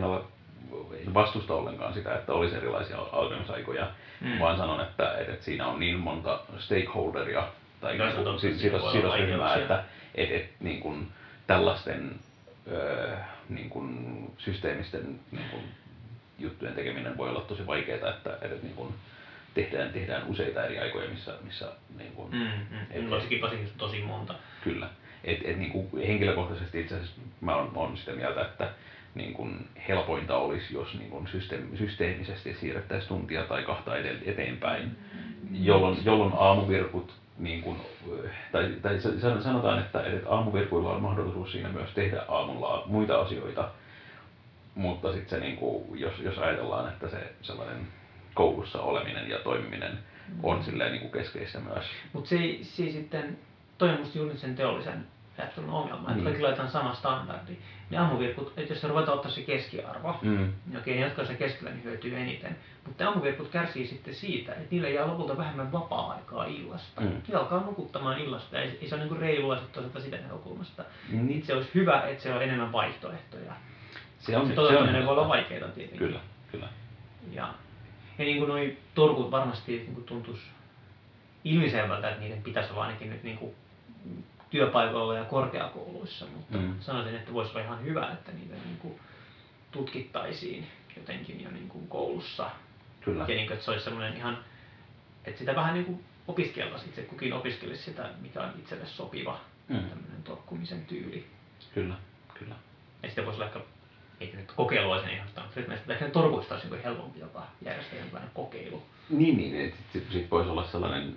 en vastusta ollenkaan sitä, että olisi erilaisia alkamisaikoja, vaan sanon, että siinä on niin monta stakeholderia tai sidosryhmää, että niin kuin tällaisten niin kuin systeemisten niin kuin juttujen tekeminen voi olla tosi vaikeaa, että niin kuin tehdään useita eri aikoja, missä niin kuin, varsinkin tosi monta. Kyllä. Niin kuin henkilökohtaisesti itse asiassa mä oon sitä mieltä, että niin kuin helpointa olisi, jos niin kuin systeemisesti siirrettäisiin tuntia tai kahta eteenpäin, jolloin aamuvirkut niin kuin, tai sanotaan, että aamuvirkuilla on mahdollisuus siinä myös tehdä aamulla muita asioita, mutta sitten se niin kuin, jos ajatellaan, että se sellainen koulussa oleminen ja toimiminen on silleen niin kuin keskeistä myös. Mutta se sitten, toi on musta juuri sen teollisen ajattelun ongelma, että kaikki laitetaan sama standardi. Ne aamuvirkut, että jos se ruvetaan ottaa se keskiarvo, niin okei, ne jotka on se keskellä, niin hyötyy eniten. Mutta aamuvirkut kärsii sitten siitä, että niillä jää lopulta vähemmän vapaa-aikaa illasta. Niillä alkaa nukuttamaan illasta, ei se ole niin reilua sitten sitä näkökulmasta. Se olisi hyvä, että se on enemmän vaihtoehtoja. Se toteuttaminen voi olla vaikeaa tietenkin. Kyllä. Ja niin kuin noi torkut varmasti niin kuin tuntuisi ilmiselvältä, että niiden pitäisi olla ainakin nyt niin kuin työpaikoilla ja korkeakouluissa, mutta sanoisin, että voisi olla ihan hyvä, että niitä niin kuin tutkittaisiin jotenkin jo niin kuin koulussa. Kyllä. Ja niin kuin, että se olisi semmoinen ihan, että sitä vähän niin kuin opiskeltaisiin, itse kukin opiskelisi sitä, mikä on itselle sopiva tämmöinen torkkumisen tyyli. Kyllä. Ja sitten voisi olla ehkä, eikä nyt kokeilua sen ihan, mutta ehkä torkuista olisi niin helpompi jopa järjestää jonkinlainen kokeilu. Niin, että sit voisi olla sellainen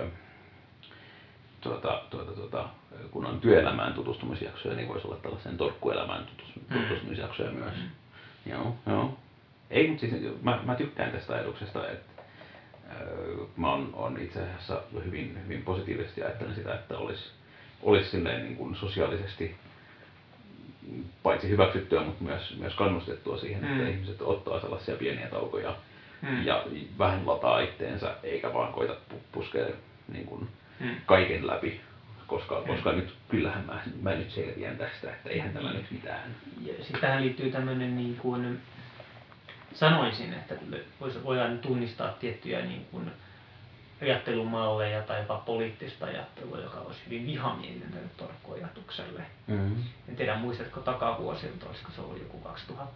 kun on työelämään tutustumisjaksoja, niin voisi olla tällaisen torkkuelämään tutustumisjaksoja myös. Joo. Ei, mutta siis mä tykkään tästä ajatuksesta, että mä oon itse asiassa hyvin positiivisesti ajattelen sitä, että olisi silleen niin kuin sosiaalisesti paitsi hyväksyttyä, mutta myös kannustettua siihen, että ihmiset ottaa sellaisia pieniä taukoja ja vähän lataa itteensä, eikä vaan koita puskea niin kuin kaiken läpi, koska nyt kyllähän mä nyt selviän tästä, että eihän tämä nyt mitään. Ja sitten tähän liittyy tämmöinen niin kuin sanoisin, että voidaan tunnistaa tiettyjä niin kuin ajattelumalleja tai jopa poliittista ajattelua, joka olisi hyvin vihamielinen tälle torkkuajatukselle. En tiedä, muistatko takavuosilta, olisiko se ollut joku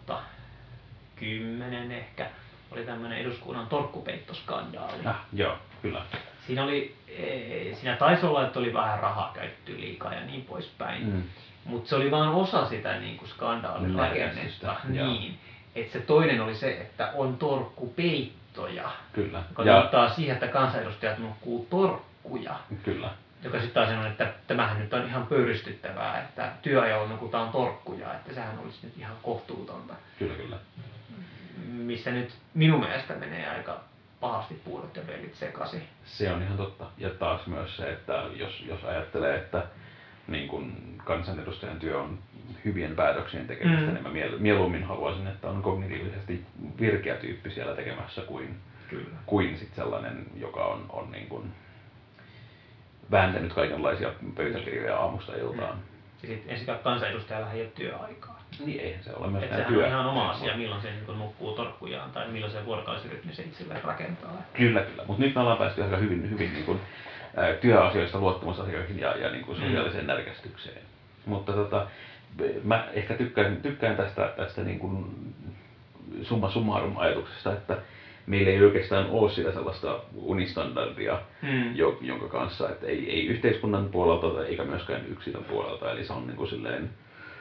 2010 ehkä, oli tämmöinen eduskunnan torkkupeittoskandaali. Joo, kyllä. Siinä taisi olla, että oli vähän rahaa käytetty liikaa ja niin poispäin. Mutta se oli vain osa sitä niin kuin skandaalin rakennetta. Niin, että se toinen oli se, että on torkkupeittoja. Kyllä. Joka viittaa siihen, että kansanedustajat nukkuu torkkuja. Kyllä. Joka sitten taas on, että tämähän nyt on ihan pöyristyttävää, että työajalla nukutaan torkkuja, että sehän olisi nyt ihan kohtuutonta. Kyllä. Missä nyt minun mielestä menee aika pahasti puurot ja vellit sekaisin. Se on ihan totta. Ja taas myös se, että jos ajattelee, että niin kun kansanedustajan työ on hyvien päätöksien tekemistä, niin mä mieluummin haluaisin, että on kognitiivisesti virkeä tyyppi siellä tekemässä kuin sit sellainen, joka on niin kun vääntänyt kaikenlaisia pöytäkirjoja aamusta iltaan. Ja sitten ensin kansanedustajalla ei ole työaikaa. Niin eihän se ole myöskään sehän on ihan oma asia, milloin se niin nukkuu torkkujaan tai milloin se vuorokausirytmi se itselleen rakentaa. Kyllä. Mutta nyt me ollaan päästy aika hyvin niin kuin, työasioista luottamusasioihin ja niin kuin sosiaaliseen närkästykseen. Mutta mä ehkä tykkään tästä niin kuin summa summarum ajatuksesta, että meillä ei oikeastaan ole sitä sellaista unistandardia, jonka kanssa, että ei yhteiskunnan puolelta eikä myöskään yksilön puolelta, eli se on niin kuin silleen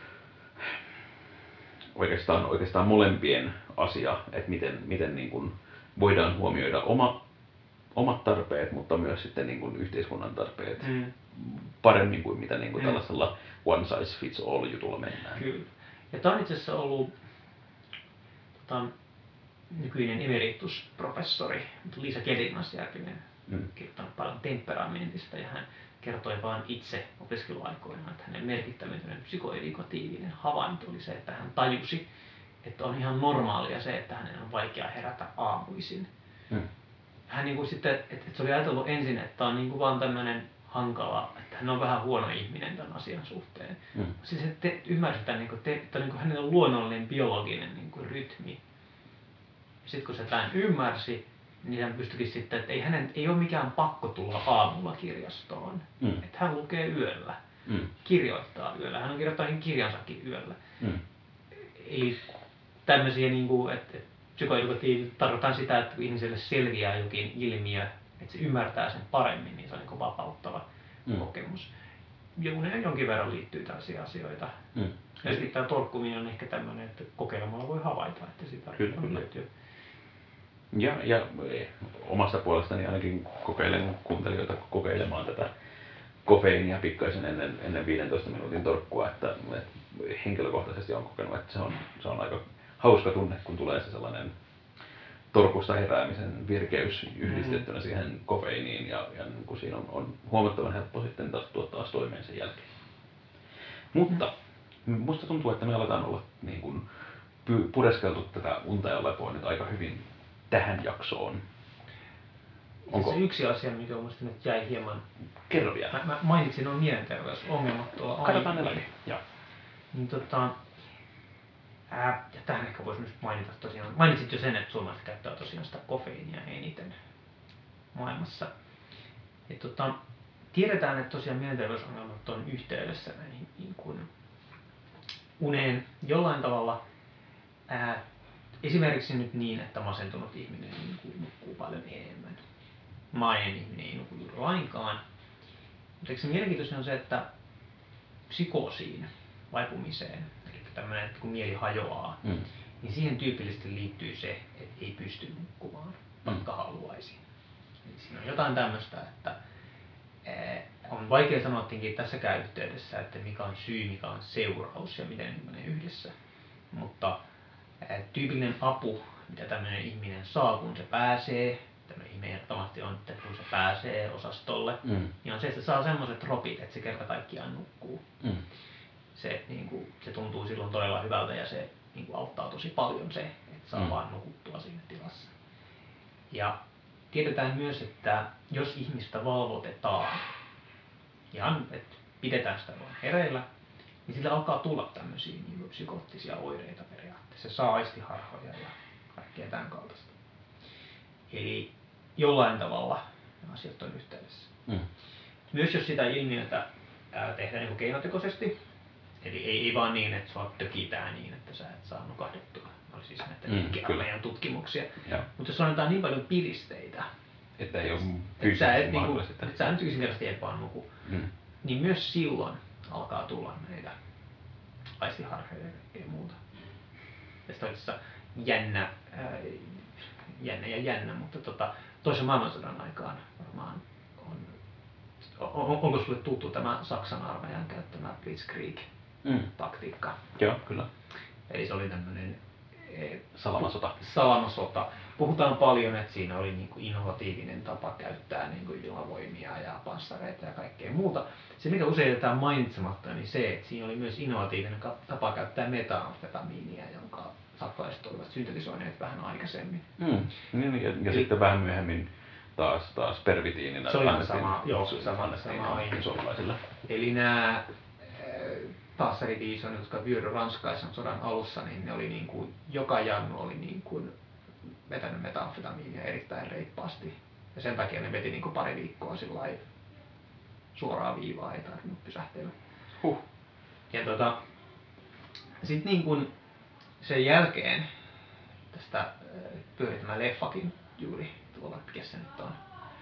oikeastaan molempien asia, että miten niin kuin voidaan huomioida omat tarpeet, mutta myös sitten niin kuin yhteiskunnan tarpeet paremmin kuin mitä niin kuin tällaisella one size fits all jutulla mennään. Kyllä. Ja tämä on itse asiassa ollut nykyinen emeritusprofessori Liisa Keltikangasjärvinen kirjoittanut paljon temperamentista, ja hän kertoi vain itse opiskeluaikoinaan, että hänen merkittävin psykoedukatiivinen havainto oli se, että hän tajusi, että on ihan normaalia se, että hänen on vaikea herätä aamuisin. Hän niin kuin sitten, että se oli ajatellut ensin, että tämä on niin kuin vaan tämmöinen hankala, että hän on vähän huono ihminen tämän asian suhteen. Siis se ymmärsi tämän, että niin kuin hänellä on luonnollinen biologinen niin kuin rytmi. Sitten kun se tämän ymmärsi, niin hän pystyikin sitten, että hänen ei ole mikään pakko tulla aamulla kirjastoon. Että hän lukee yöllä, kirjoittaa yöllä. Hän on kirjoittanut kirjansakin yöllä. Eli tämmöisiä, niin kuin, että psykoedukatiivisesti tarkoitan sitä, että kun ihmiselle selviää jokin ilmiö, että se ymmärtää sen paremmin, niin se on niin kuin vapauttava kokemus. Ja uneen jonkin verran liittyy tällaisia asioita. Ja sitten tämä torkkuminen on ehkä tämmöinen, että kokeilemalla voi havaita, että sitä on löytyä. Ja omasta puolestani ainakin kokeillen kuuntelijoita kokeilemaan tätä kofeiinia pikkaisen ennen 15 minuutin torkkua, että henkilökohtaisesti olen kokenut, että se on aika hauska tunne, kun tulee se sellainen torkusta heräämisen virkeys yhdistettynä siihen kofeiiniin, ja niin kuin siinä on huomattavan helppo sitten tarttua taas toimeen sen jälkeen. Mutta musta tuntuu, että me aletaan olla niin kuin pureskeltu tätä unta ja lepoa nyt aika hyvin tähän jaksoon. Onko se yksi asia, mikä minusta nyt jäi hieman... Kerro vielä. Mä mainitsin nuo mielenterveysongelmat tuolla. Katsotaan ne läpi. Niin ja tähän ehkä voisi myös mainita tosiaan. Mainitsit jo sen, että suomalaiset käyttää tosiaan sitä kofeiinia eniten maailmassa. Ja tiedetään, että tosiaan mielenterveysongelmat on yhteydessä näihin niin kuin uneen jollain tavalla. Esimerkiksi nyt niin, että masentunut ihminen niin kuin nukkuu paljon enemmän. Mainen ihminen ei nuku juuri lainkaan. Mutta se mielenkiintoista on se, että psykoosiin, vaipumiseen, eli tämmöinen, että kun mieli hajoaa, niin siihen tyypillisesti liittyy se, että ei pysty nukkumaan, vaikka haluaisi. Eli siinä on jotain tämmöistä, että on vaikea sanoa tässäkään yhteydessä, että mikä on syy, mikä on seuraus ja miten ne menee yhdessä. Mutta tyypillinen apu, mitä tämmöinen ihminen saa, kun se pääsee, tämmöinen ihminen ehdottomasti on, että kun se pääsee osastolle, niin on se, että se saa semmoiset dropit, että se kerta kaikkiaan nukkuu. Se, niin kuin, se tuntuu silloin todella hyvältä ja se niin kuin, auttaa tosi paljon se, että saa vaan nukuttua siinä tilassa. Ja tiedetään myös, että jos ihmistä valvotetaan, ihan, että pidetään sitä vaan hereillä, niin sillä alkaa tulla tämmöisiä niin kuin psykoottisia oireita periaatteessa. Se saa aistiharhoja ja kaikkea tämän kaltaista. Eli jollain tavalla nämä asiat on yhteydessä. Myös jos sitä ilmiötä tehdään niin kuin keinotekoisesti, eli ei vaan niin, että sua tökitään niin, että sä et saa nukahdettua. Oli siis näitä meidän tutkimuksia. Mutta jos annetaan niin paljon piristeitä, että ei ole fyysisesti mahdollista. Että sä nyt yksinkertaisesti et vaan nuku. Niin myös silloin alkaa tulla näitä aistiharhoja ja kaikkea muuta. Tästä on itse asiassa jännä, mutta toisen maailmansodan aikaan varmaan onko sulle tuttu tämä Saksan armeijan käyttämä Blitzkrieg-taktiikka? Joo, kyllä. Eli se oli tämmöinen salamasota. Puhutaan paljon, että siinä oli niin kuin innovatiivinen tapa käyttää niin kuin ilmavoimia ja panssareita ja kaikkea muuta. Se, mikä usein jätetään mainitsematta, niin se, että siinä oli myös innovatiivinen tapa käyttää metamfetamiinia, jonka saksalaiset olivat syntetisoineet vähän aikaisemmin. Ja sitten vähän myöhemmin taas pervitiinina. Se oli sama aine. Eli nämä panssaridivisioonit, jotka vyöry Ranskaisen sodan alussa, niin ne oli niin kuin, joka jannu oli niin kuin vetänyt metamfetamiinia erittäin reippaasti. Ja sen takia ne veti niin kuin pari viikkoa sillai suoraa viivaa, ei tarvinnut pysähteillä. Ja sitten niin kuin sen jälkeen tästä pyörittämä leffakin juuri tuolla, mikä se nyt on.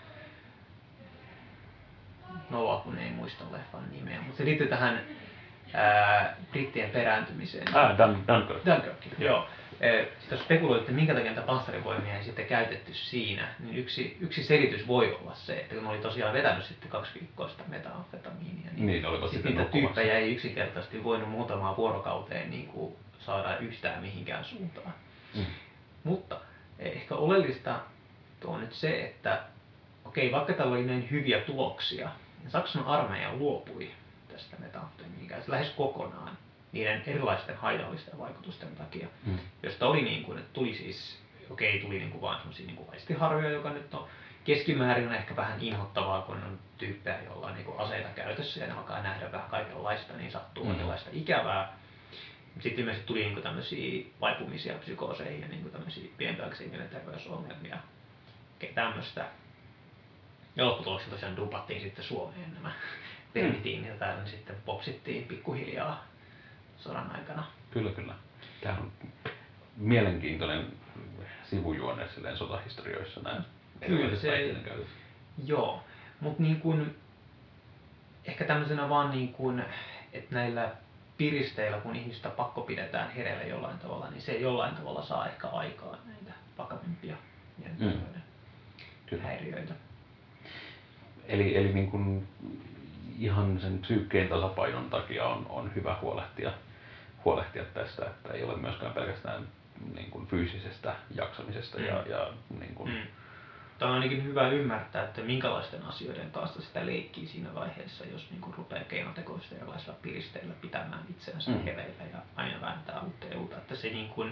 Noloa, kun ei muista leffan nimeä, mutta se liittyy tähän brittien perääntymiseen. Dunkirk. Joo. Sitä spekuloitu, että minkä takia näitä panssarivoimia ei sitten käytetty siinä, niin yksi selitys voi olla se, että kun ne oli tosiaan vetänyt sitten 2 viikkoa sitä metamfetamiinia, niin sitten niitä tyyppejä ei yksinkertaisesti voinut muutamaa vuorokauteen niin kuin saada yhtään mihinkään suuntaan. Mutta ehkä oleellista on nyt se, että okei, vaikka tällä oli näin hyviä tuloksia, niin Saksan armeija luopui tästä metamfetamiinin käytöstä lähes kokonaan niiden erilaisten haitallisten vaikutusten takia, josta oli niin kuin, että tuli siis, tuli niin kuin vaan semmoisia niin kuin aistiharjoja, joka nyt on keskimäärin on ehkä vähän inhottavaa, kun on tyyppejä, joilla on niin kuin aseita käytössä ja ne alkaa nähdä vähän kaikenlaista, niin sattuu kaikenlaista ikävää. Sitten ilmeisesti tuli niin kuin tämmöisiä vaipumisia psykooseihin ja niin kuin tämmöisiä pientäkseen mielenterveysongelmia, tämmöistä. Ja lopputuloksena tosiaan dupattiin sitten Suomeen nämä termitiin ja täällä sitten popsittiin pikkuhiljaa sodan aikana. Kyllä. Tämä on mielenkiintoinen sivujuone silleen sotahistorioissa näin. Kyllä se, joo, mutta niin kuin, ehkä tämmöisenä vaan niin kuin, että näillä piristeillä, kun ihmistä pakko pidetään hereillä jollain tavalla, niin se jollain tavalla saa ehkä aikaan näitä vakavimpia häiriöitä. Eli niin kuin ihan sen psyykkeen tasapainon takia on hyvä huolehtia tästä, että ei ole myöskään pelkästään niin kuin fyysisestä jaksamisesta ja niin kuin Tämä on ainakin hyvä ymmärtää, että minkälaisten asioiden kanssa sitä leikkii siinä vaiheessa, jos niin kuin rupeaa keinotekoisesti erilaisilla piristeillä pitämään itseänsä hereillä ja aina vääntää uutta ja uutta. Että se niin kuin,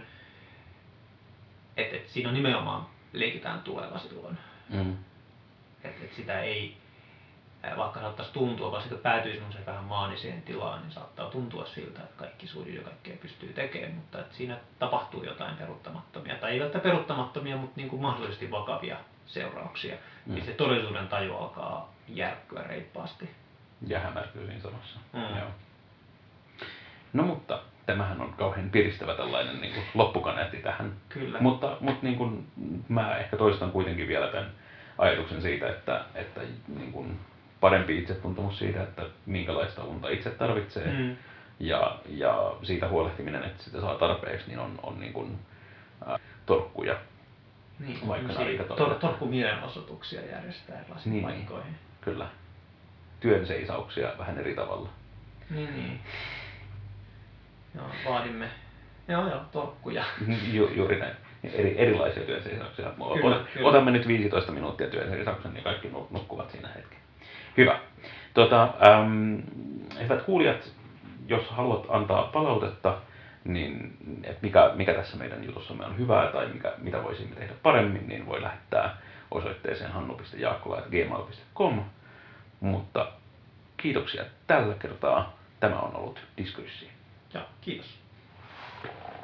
että siinä on nimenomaan leikitään tulella silloin. Että sitä ei, vaikka saattaisi tuntua, vaikka päätyy semmoiseen vähän maaniseen tilaan, niin saattaa tuntua siltä, että kaikki sujuu ja kaikkea pystyy tekemään, mutta että siinä tapahtuu jotain peruuttamattomia, tai ei välttämättä peruuttamattomia, mutta niin kuin mahdollisesti vakavia seurauksia, niin se todellisuuden taju alkaa järkkyä reippaasti. Ja hämärtyy siinä samassa. Joo. No mutta tämähän on kauhean piristävä tällainen niin kuin loppukaneetti tähän. Kyllä. Mutta niin kuin, mä ehkä toistan kuitenkin vielä tämän ajatuksen siitä, että niin kuin parempi itsetuntemus siitä, että minkälaista unta itse tarvitsee ja siitä huolehtiminen, että sitä saa tarpeeksi, niin on niin kuin, torkkuja. Niin, vaikka torkku mielenosoituksia järjestää erilaisiin paikkoihin. Kyllä. Työnseisauksia vähän eri tavalla. Niin. Joo, vaadimme. Joo, torkkuja. Juuri näin. Erilaisia työnseisauksia. Otamme nyt 15 minuuttia työnseisauksen ja kaikki nukkuvat siinä hetken. Hyvä. Hyvät kuulijat, jos haluat antaa palautetta, niin mikä tässä meidän jutussamme on hyvää tai mitä voisimme tehdä paremmin, niin voi lähettää osoitteeseen hannu.jaakkola@gmail.com. Mutta kiitoksia tällä kertaa. Tämä on ollut Diskurssi. Ja kiitos.